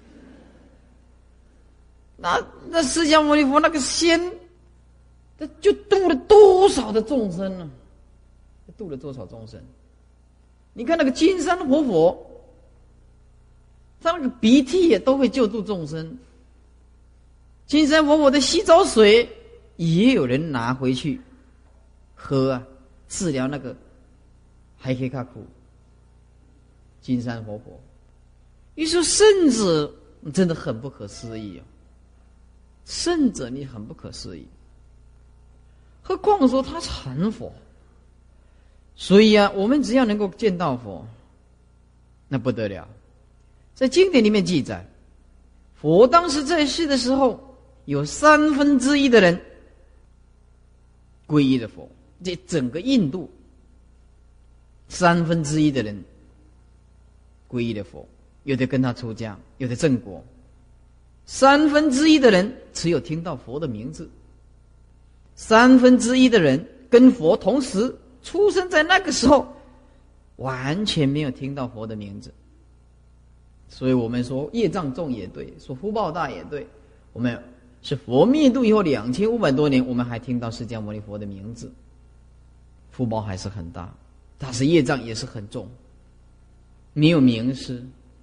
那那释迦牟尼佛那个仙，他就度了多少的众生呢？度了多少众生？你看那个金山活佛，他那个鼻涕也都会救度众生。金山活佛的洗澡水也有人拿回去喝啊，治疗那个海黑卡苦。金山活佛，你说圣者真的很不可思议哦，圣者你很不可思议，何况说他成佛。所以啊，我们只要能够见到佛，那不得了。在经典里面记载，佛当时在世的时候，有三分之一的人皈依了佛。这整个印度，三分之一的人皈依了佛，有的跟他出家，有的正果。三分之一的人只有听到佛的名字，三分之一的人跟佛同时出生在那个时候，完全没有听到佛的名字。所以我们说业障重也对，说福报大也对。我们是佛灭度以后两千五百多年，我们还听到释迦牟尼佛的名字，福报还是很大，但是业障也是很重，没有名师。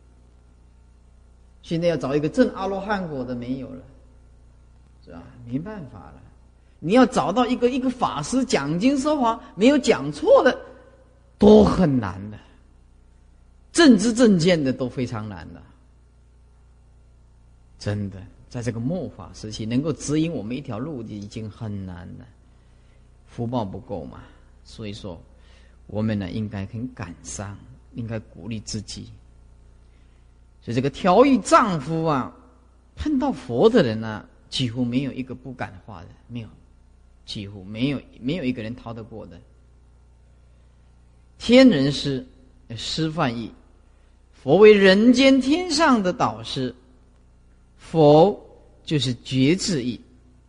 现在要找一个证阿罗汉果的没有了，是吧？没办法了。你要找到一个一个法师讲经说法没有讲错的，都很难的。正知正见的都非常难的。真的，在这个末法时期，能够指引我们一条路已经很难了，福报不够嘛。所以说，我们呢应该很感伤，应该鼓励自己。所以这个调御丈夫啊，碰到佛的人啊，几乎没有一个不感化的，没有。几乎没有没有一个人逃得过的。天人师，师范义，佛为人间天上的导师，佛就是觉智义，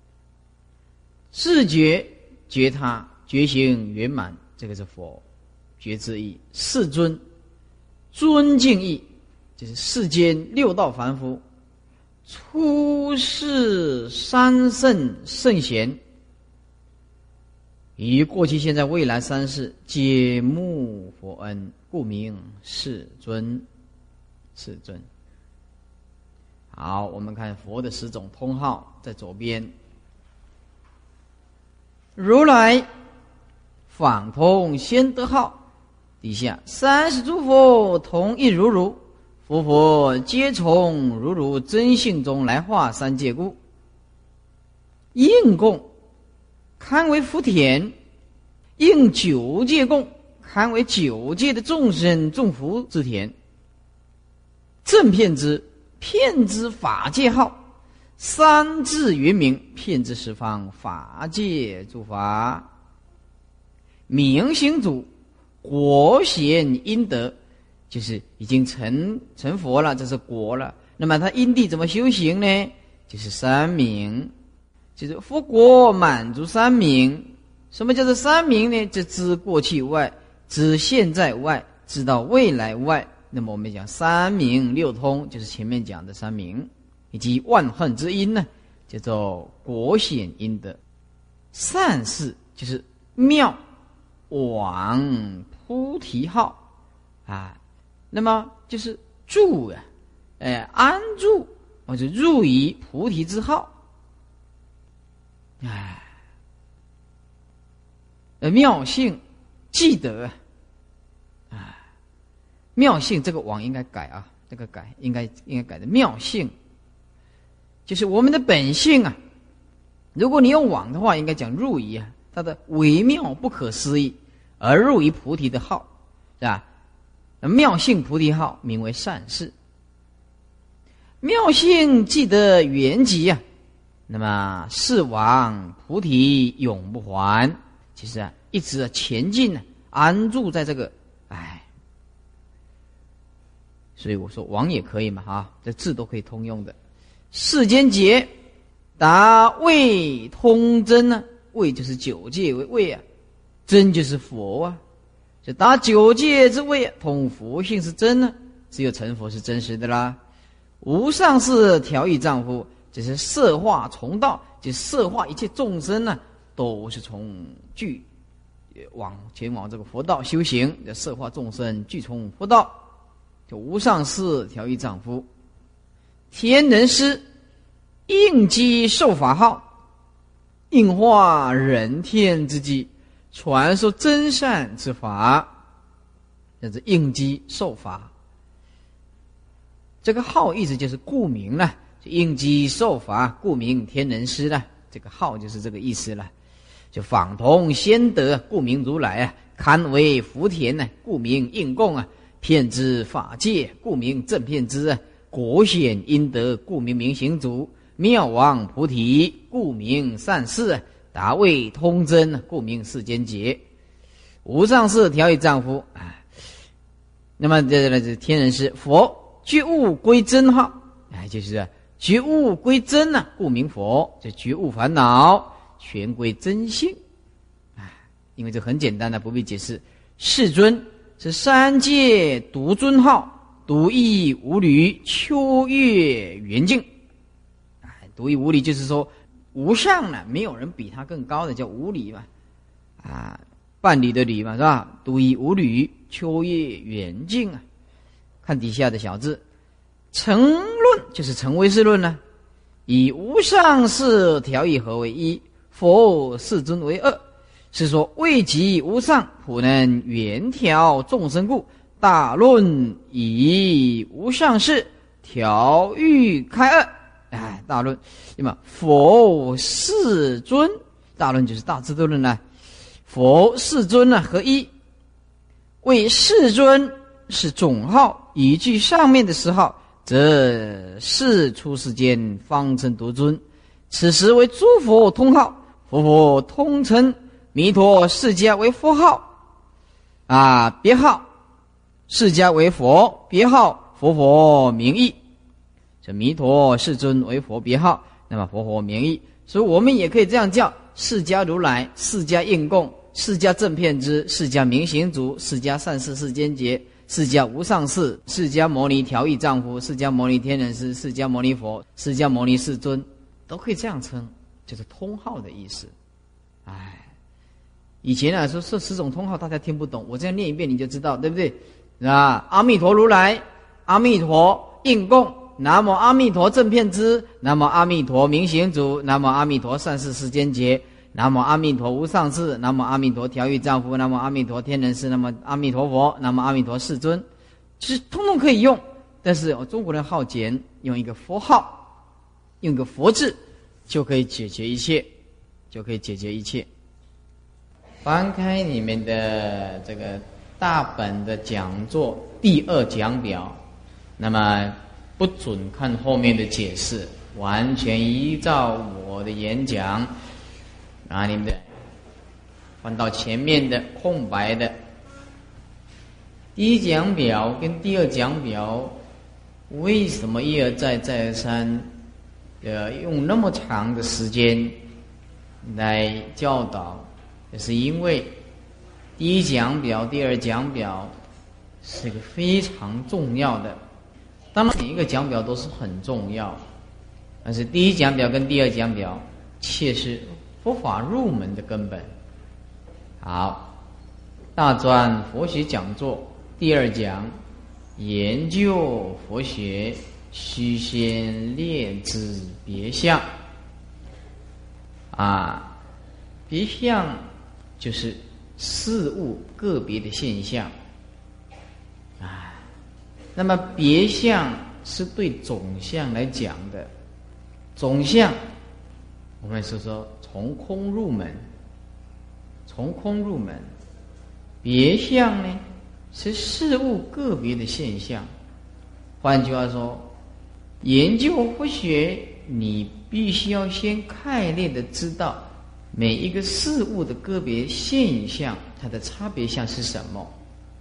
视觉觉他，觉行圆满，这个是佛觉智义。世尊，尊敬义，就是世间六道凡夫，出世三圣圣贤，于过去现在未来三世皆慕佛恩，故名世尊。世尊。好，我们看佛的十种通号，在左边。如来访通先得号，底下三十诸佛同一如如，佛佛皆从如如真性中来化三界故。应供堪为福田，应九界供堪为九界的众生众福之田。正遍知遍知法界号，三字圆明遍知十方法界诸法。明行主果显因德，就是已经成成佛了，这是果了。那么他因地怎么修行呢？就是三明，就是佛果满足三明。什么叫做三明呢？就知过去外，知现在外，知道未来外。那么我们讲三明六通，就是前面讲的三明，以及万恨之因呢，叫做果显因德。善事就是妙往菩提号啊，那么就是住啊，哎安住或者入于菩提之号，哎，呃妙性记得啊。妙性这个往应该改啊，这个改应该应该改的妙性，就是我们的本性啊。如果你用往的话，应该讲入于啊，它的微妙不可思议，而入于菩提的号，是吧？妙性菩提号名为善事。妙性记得圆寂啊，那么是往菩提永不还。其实啊，一直啊前进呢、啊，安住在这个哎。 所以我说王也可以嘛，哈，这字都可以通用的。世间劫，达位通真呢、啊？位就是九界为位啊，真就是佛啊，就达九界之位啊，通佛性是真呢、啊，只有成佛是真实的啦。无上士调御丈夫，这是摄化从道，就是摄化一切众生呢、啊，都是从具往前往这个佛道修行，的摄化众生具从佛道，就无上士调御丈夫。天人师应机受法号，应化人天之机，传说真善之法，这是应机受法。这个号意思就是故名了，应机受法，故名天人师了。这个号就是这个意思了，就仿同先德，故名如来啊；堪为福田呢，故名应供啊；骗之法界，故名正骗之啊；果显因德，故名明行足；妙王菩提，故名善事；达位通真，故名世间劫。无上士调御丈夫啊。那么这这这天人师，佛觉悟归真号，哎，就是觉悟归真呢、啊，故名佛。这觉悟烦恼，全归真性。哎，因为这很简单的，不必解释。世尊是三界独尊号，独一无侣，秋月圆净。哎，独一无侣就是说无上呢，没有人比他更高的，叫无侣嘛。啊，半理的理嘛，是吧？独一无侣，秋月圆净啊。看底下的小字，成论就是成唯识论呢、啊，以无上士调御合为一，佛世尊为二，是说位极无上，普能圆调众生故。大论以无上士调御开二，哎，大论那么佛世尊，大论就是大智度论呢、啊，佛世尊呢、啊、合一，为世尊是总号。依据上面的十号，则世出世间方称独尊。此时为诸佛通号，佛佛通称弥陀释迦为佛号，啊，别号释迦为佛，别号佛佛名义。这弥陀世尊为佛别号，那么佛佛名义，所以我们也可以这样叫：释迦如来、释迦应供、释迦正遍知、释迦明行足、释迦善事世间劫、释迦无上士、释迦牟尼调御丈夫、释迦牟尼天人师、释迦牟尼佛、释迦牟尼世尊，都可以这样称，就是通号的意思。哎，以前啊说这十种通号大家听不懂，我这样念一遍你就知道，对不对？啊，阿弥陀如来、阿弥陀应供、南无阿弥陀正遍知、南无阿弥陀明行足、南无阿弥陀善事世间劫、南无阿弥陀无上士、南无阿弥陀调御丈夫、南无阿弥陀天人师、南无阿弥陀佛、南无阿弥陀世尊，就是通通可以用。但是中国人好简，用一个佛号，用一个佛字，就可以解决一切，就可以解决一切。翻开你们的这个大本的讲座第二讲表，那么不准看后面的解释，完全依照我的演讲。啊，你们的翻到前面的空白的第一讲表跟第二讲表，为什么一而再再而三呃用那么长的时间来教导？也是因为第一讲表、第二讲表是个非常重要的，当然每一个讲表都是很重要，但是第一讲表跟第二讲表却是佛法入门的根本。好，大专佛学讲座第二讲，研究佛学须先列知别相。啊，别相就是事物个别的现象。啊，那么别相是对总相来讲的，总相我们是说从空入门，从空入门。别相呢是事物个别的现象。换句话说，研究佛学你必须要先概略的知道每一个事物的个别现象它的差别相是什么，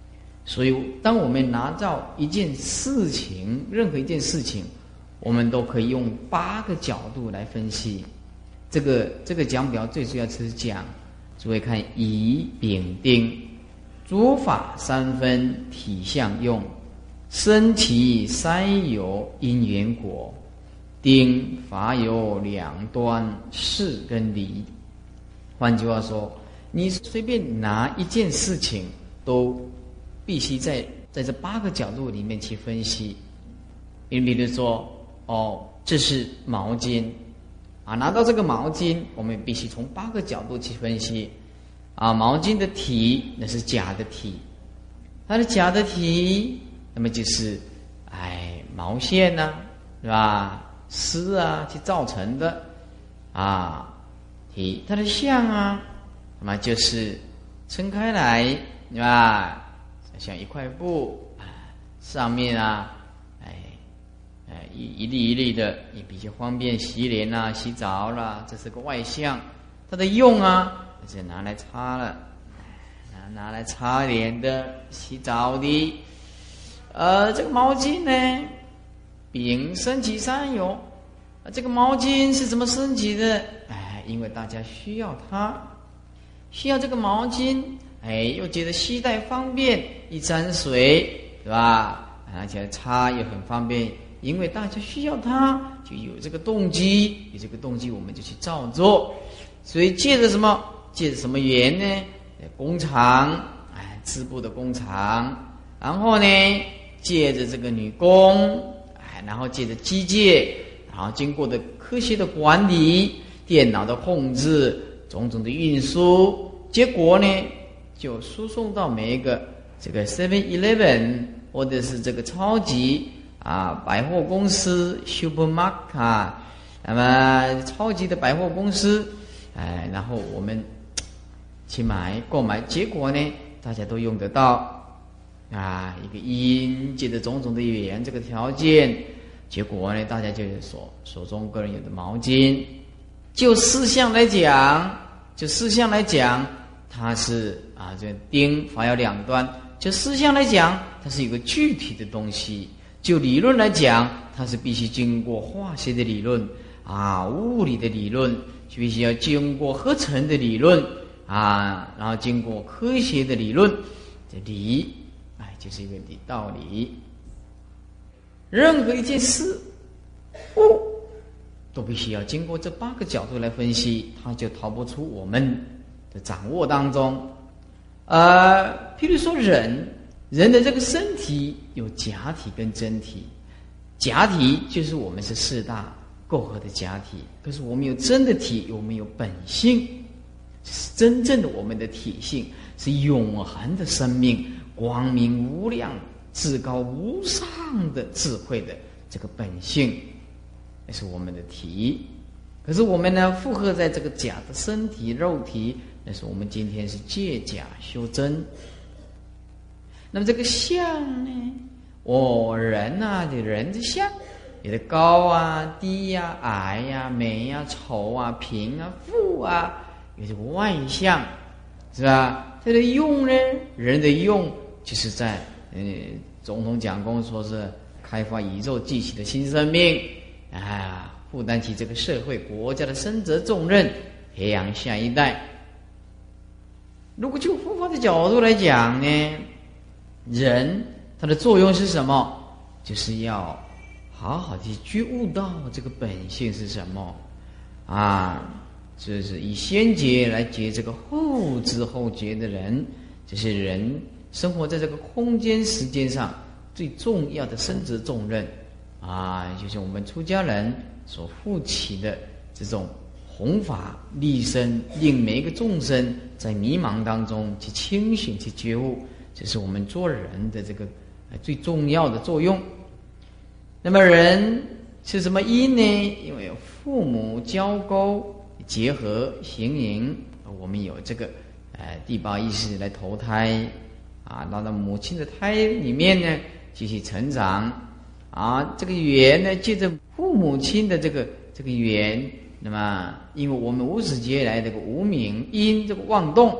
所以当我们拿到一件事情，任何一件事情，我们都可以用八个角度来分析。这个这个讲表最主要是讲，诸位看乙丙丁诸法三分，体相用，生其三有因缘果，丁法有两端，事跟离。换句话说，你随便拿一件事情，都必须在在这八个角度里面去分析。你比如说，哦，这是毛巾啊，拿到这个毛巾，我们必须从八个角度去分析。啊，毛巾的体那是假的体，它的假的体，那么就是哎毛线呐、啊，是吧？丝啊去造成的啊体，它的相啊，那么就是撑开来，是吧？像一块布，上面啊，哎哎一一粒一粒的，也比较方便洗脸啦、洗澡啦，这是个外相。它的用啊，是拿来擦了，拿拿来擦脸的、洗澡的。呃，这个毛巾呢，丙升起三有，啊，这个毛巾是怎么升起的？哎，因为大家需要它，需要这个毛巾，哎，又觉得携带方便，一沾水，对吧？而且擦也很方便，因为大家需要它，就有这个动机，有这个动机我们就去照做。所以借着什么？借着什么缘呢？工厂，哎，织布的工厂，然后呢，借着这个女工，哎，然后借着机械，然后经过的科学的管理、电脑的控制、种种的运输，结果呢，就输送到每一个这个 seven eleven 或者是这个超级啊百货公司 supermarket， 那么超级的百货公司。哎，然后我们去买购买，结果呢，大家都用得到啊，一个因借着种种的语言这个条件，结果呢，大家就手手中个人有的毛巾，就事项来讲，就事项来讲，它是啊，这丁法有两端，就事项来讲，它是一个具体的东西；就理论来讲，它是必须经过化学的理论啊，物理的理论。必须要经过合成的理论啊，然后经过科学的理论，这理，哎，就是一个理道理。任何一件事物，都必须要经过这八个角度来分析，它就逃不出我们的掌握当中。呃，譬如说人，人的这个身体有假体跟真体，假体就是我们是四大构合的假体，可是我们有真的体，我们有本性，是真正的我们的体性，是永恒的生命，光明无量、至高无上的智慧的这个本性，那是我们的体。可是我们呢，附合在这个假的身体、肉体，那是我们今天是借假修真。那么这个相呢，我、哦、人啊，这人的相。有的高啊、低呀、啊、矮呀、啊、美呀、啊、丑啊、贫啊、富啊，有这个外相，是吧？它的用呢，人的用就是在呃，总统讲功说是开发宇宙继起的新生命啊，负担起这个社会国家的深责重任，培养下一代。如果就佛法的角度来讲呢，人它的作用是什么？就是要好好的觉悟到这个本性是什么啊？这是以先觉来觉这个后知后觉的人，这是人生活在这个空间时间上最重要的深责重任啊！就是我们出家人所负起的这种弘法利生，令每一个众生在迷茫当中去清醒、去觉悟，这是我们做人的这个最重要的作用。那么人是什么因呢？因为有父母交沟结合形影，我们有这个呃第八意识来投胎啊，到了母亲的胎里面呢继续成长啊。这个缘呢，借着父母亲的这个这个缘，那么因为我们无始劫来这个无明因这个妄动，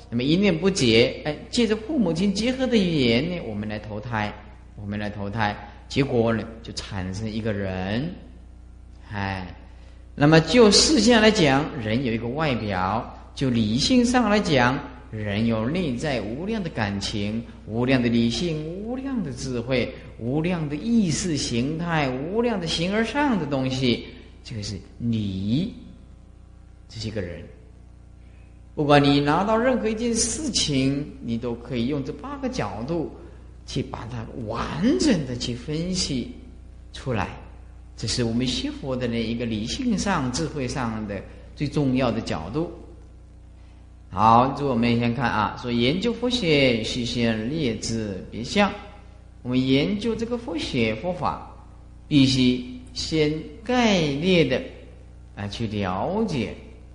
那么一念不解，哎，借着父母亲结合的语言呢，我们来投胎，我们来投胎，结果呢就产生一个人，哎，那么就事项来讲，人有一个外表；就理性上来讲，人有内在无量的感情、无量的理性、无量的智慧、无量的意识形态、无量的形而上的东西。这个是你，这是一个人。不管你拿到任何一件事情，你都可以用这八个角度去把它完整的去分析出来。这是我们学佛的人一个理性上、智慧上的最重要的角度。好，这我们先看啊，说研究佛学须先列之别相。我们研究这个佛学佛法，必须先概略的啊去了解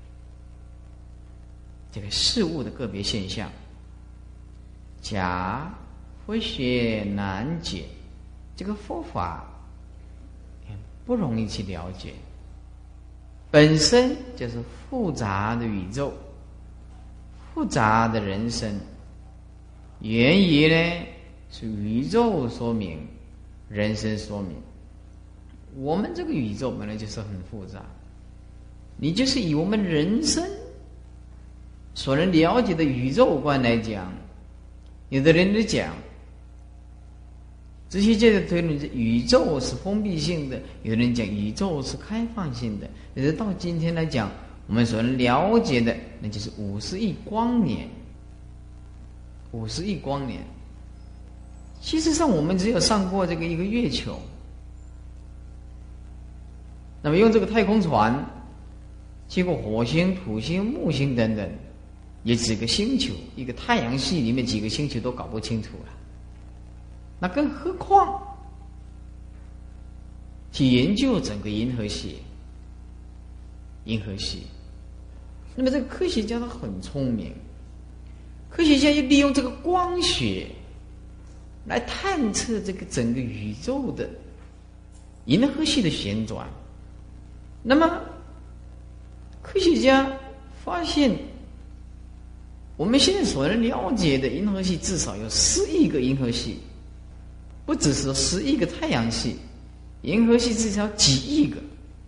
这个事物的个别现象。假佛学难解，这个佛法不容易去了解，本身就是复杂的宇宙，复杂的人生，源于呢是宇宙说明，人生说明。我们这个宇宙本来就是很复杂，你就是以我们人生所能了解的宇宙观来讲，有的人就讲这些界的推论是宇宙是封闭性的，有的人讲宇宙是开放性的。可是到今天来讲，我们所能了解的那就是五十亿光年，五十亿光年。其实上我们只有上过这个一个月球，那么用这个太空船去过火星、土星、木星等等，也几个星球，一个太阳系里面几个星球都搞不清楚了，那更何况去研究整个银河系。银河系，那么这个科学家他很聪明，科学家又利用这个光学来探测这个整个宇宙的银河系的旋转。那么科学家发现，我们现在所能了解的银河系至少有十亿个银河系，不只是十亿个太阳系，银河系至少几亿个。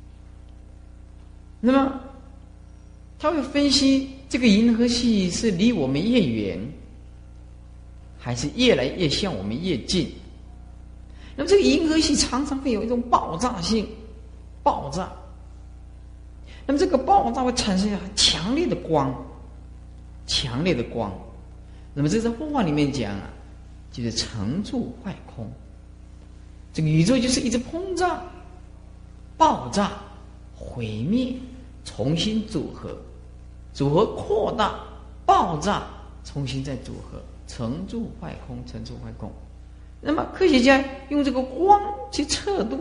那么他会分析这个银河系是离我们越远，还是越来越向我们越近。那么这个银河系常常会有一种爆炸性爆炸，那么这个爆炸会产生很强烈的光，强烈的光。那么这在佛法里面讲啊，就是成住坏空。这个宇宙就是一直膨胀、爆炸、毁灭，重新组合，组合扩大、爆炸，重新再组合，成住坏空，成住坏空。那么科学家用这个光去测度，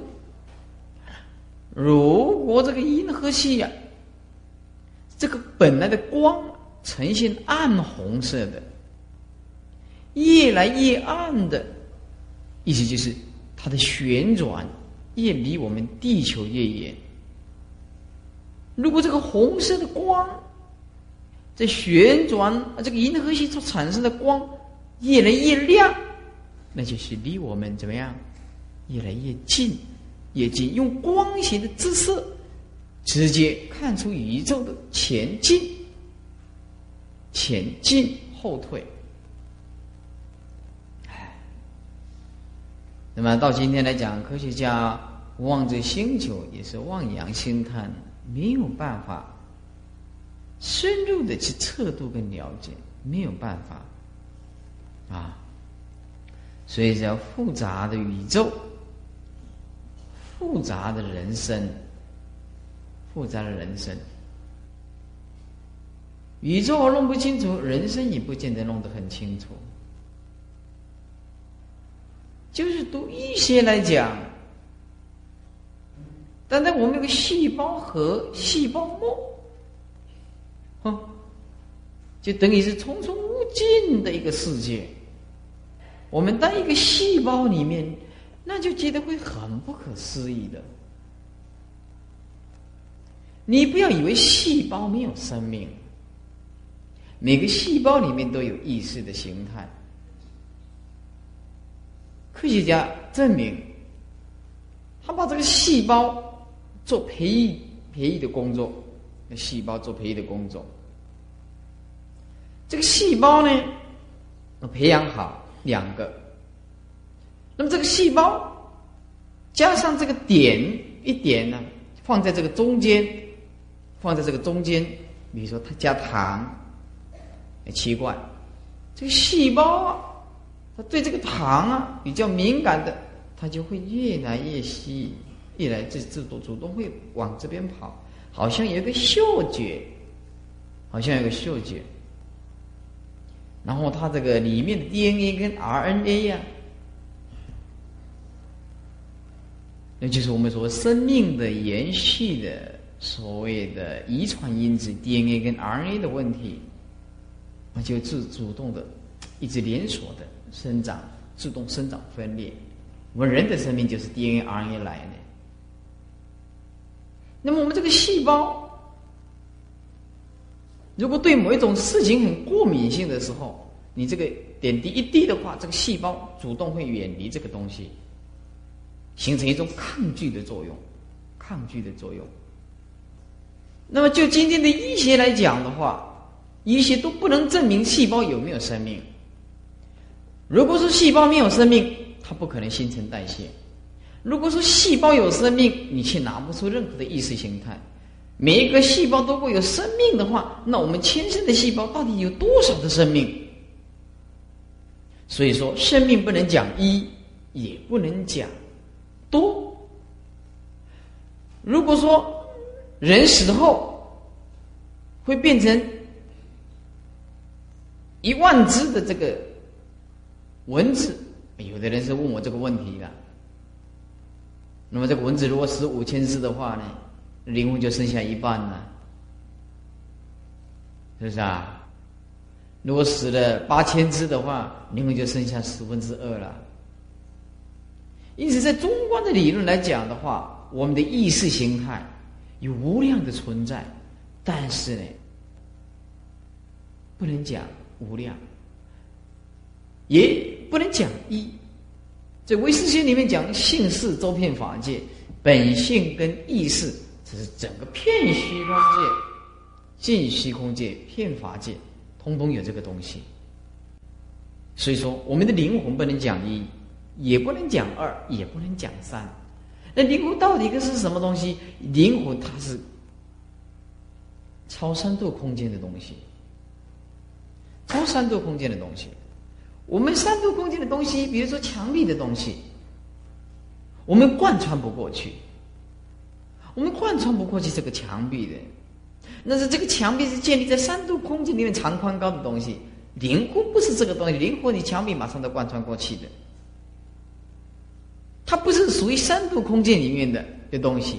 如果这个银河系啊，这个本来的光呈现暗红色的，越来越暗的，意思就是它的旋转越离我们地球越远。如果这个红色的光在旋转，这个银河系所产生的光越来越亮，那就是离我们怎么样越来越近，越近。用光学的知识直接看出宇宙的前进、前进、后退。那么到今天来讲，科学家望着星球也是望洋兴叹，没有办法深入的去测度跟了解，没有办法啊。所以叫复杂的宇宙，复杂的人生，复杂的人生。宇宙弄不清楚，人生也不见得弄得很清楚。就是读医学来讲，单单我们有个细胞核、细胞膜，哼，就等于是重重无尽的一个世界。我们当一个细胞里面，那就觉得会很不可思议的。你不要以为细胞没有生命， 每个细胞里面都有意识的形态。科学家证明，他把这个细胞做培育培育的工作，细胞做培育的工作。这个细胞呢，培养好两个，那么这个细胞加上这个点一点呢，放在这个中间，放在这个中间，比如说它加糖，奇怪，这个细胞啊，它对这个糖啊比较敏感的，它就会越来越吸引，越来自自动主动会往这边跑，好像有一个嗅觉，好像有一个嗅觉。然后它这个里面的 D N A 跟 R N A 呀、啊，那就是我们说生命的延续的所谓的遗传因子 D N A 跟 R N A 的问题，那就自主动的一直连锁的生长，自动生长分裂。我们人的生命就是 D N A、R N A 来的。那么我们这个细胞，如果对某一种事情很过敏性的时候，你这个点滴一滴的话，这个细胞主动会远离这个东西，形成一种抗拒的作用，抗拒的作用。那么就今天的医学来讲的话，医学都不能证明细胞有没有生命。如果说细胞没有生命，它不可能新陈代谢；如果说细胞有生命，你却拿不出任何的意识形态。每一个细胞都会有生命的话，那我们天生的细胞到底有多少的生命？所以说，生命不能讲一，也不能讲多。如果说人死后会变成一万只的这个蚊子，有的人是问我这个问题了。那么这个蚊子如果死五千只的话呢？灵魂就剩下一半了，是不是啊？如果死了八千只的话，灵魂就剩下十分之二了。因此，在中观的理论来讲的话，我们的意识形态有无量的存在，但是呢，不能讲无量，也不能讲一。在唯识学里面讲性识周遍法界，本性跟意识。这是整个片虚空界、尽虚空界、片法界，通通有这个东西。所以说，我们的灵魂不能讲一，也不能讲二，也不能讲三。那灵魂到底一个是什么东西？灵魂它是超三度空间的东西，超三度空间的东西。我们三度空间的东西，比如说墙壁的东西，我们贯穿不过去。我们贯穿不过去这个墙壁的，那是这个墙壁是建立在三度空间里面长宽高的东西，灵魂不是这个东西，灵魂你墙壁马上都贯穿过去的，它不是属于三度空间里面的的东西，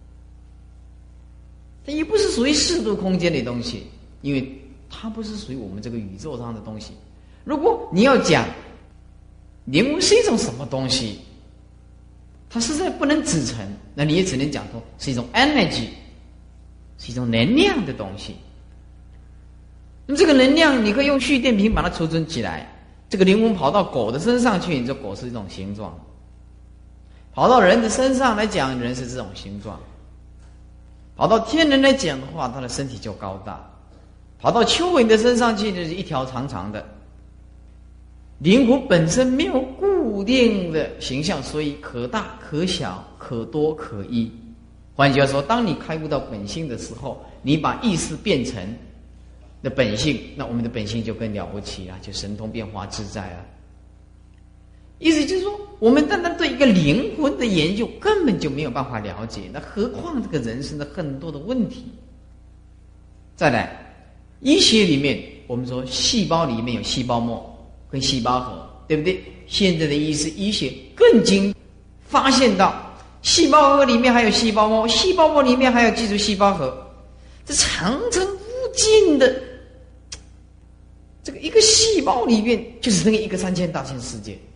它也不是属于四度空间的东西，因为它不是属于我们这个宇宙上的东西。如果你要讲灵魂是一种什么东西，它实在不能指成，那你也只能讲说是一种 energy， 是一种能量的东西。那么这个能量，你可以用蓄电瓶把它储存起来。这个灵魂跑到狗的身上去，你说狗是一种形状；跑到人的身上来讲，人是这种形状；跑到天人来讲的话，他的身体就高大；跑到蚯蚓的身上去，就是一条长长的。灵魂本身没有固定的形象，所以可大可小，可多可一。换句话说，当你开悟到本性的时候，你把意识变成的本性，那我们的本性就更了不起了，就神通变化自在了。意思就是说，我们单单对一个灵魂的研究根本就没有办法了解，那何况这个人生的很多的问题。再来，医学里面我们说细胞里面有细胞膜跟细胞核，对不对？现在的医师医学更精，发现到细胞核里面还有细胞膜，细胞膜里面还有基础细胞核，这层层无尽的这个一个细胞里面就是那个一个三千大千世界。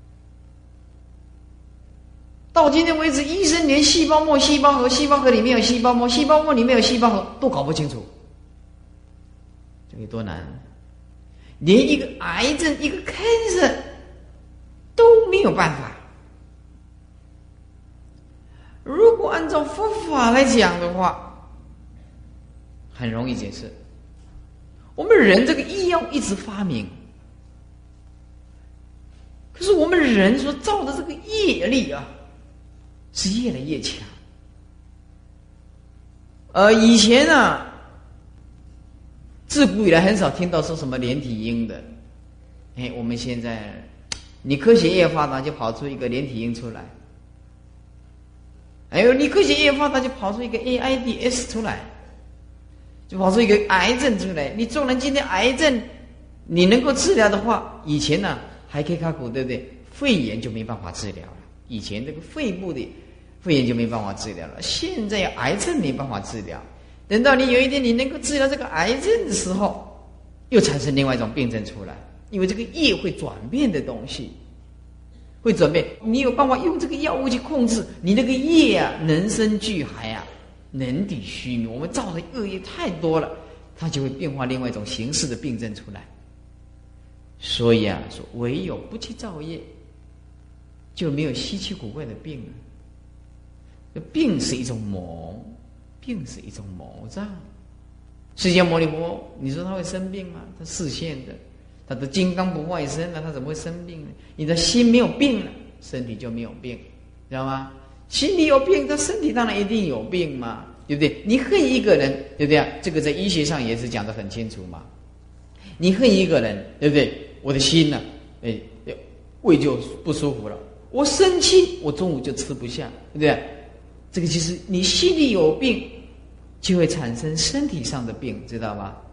到今天为止，医生连细胞膜、细胞核、细胞核里面有细胞膜、细胞膜里面有细胞核都搞不清楚。这有多难？连一个癌症、一个 cancer 都没有办法。如果按照佛法来讲的话，很容易解释。我们人这个医药一直发明，可是我们人所造的这个业力啊，是越来越强。呃，以前啊，自古以来很少听到说什么连体婴的。哎，我们现在，你科学越发达，就跑出一个连体婴出来。哎呦，你科学越发达，就跑出一个 A I D S 出来。就跑出一个癌症出来，你纵然今天癌症你能够治疗的话，以前呢、啊、还可以卡苦，对不对？肺炎就没办法治疗了，以前这个肺部的肺炎就没办法治疗了，现在癌症没办法治疗。等到你有一天你能够治疗这个癌症的时候，又产生另外一种病症出来，因为这个业会转变的东西会转变，你有办法用这个药物去控制你那个业啊，能生巨害啊，能抵虚名。我们造的恶业太多了，它就会变化另外一种形式的病症出来。所以啊，说唯有不去造业，就没有稀奇古怪的病了。病是一种魔，病是一种魔障。释迦牟尼佛，你说他会生病吗？他示现的，他的金刚不坏身了，他怎么会生病呢？你的心没有病了，身体就没有病，知道吗？心里有病，他身体当然一定有病嘛，对不对？你恨一个人，对不对？这个在医学上也是讲得很清楚嘛。你恨一个人，对不对？我的心呢、啊，哎，胃就不舒服了。我生气，我中午就吃不下，对不对？这个其实你心里有病，就会产生身体上的病，知道吧？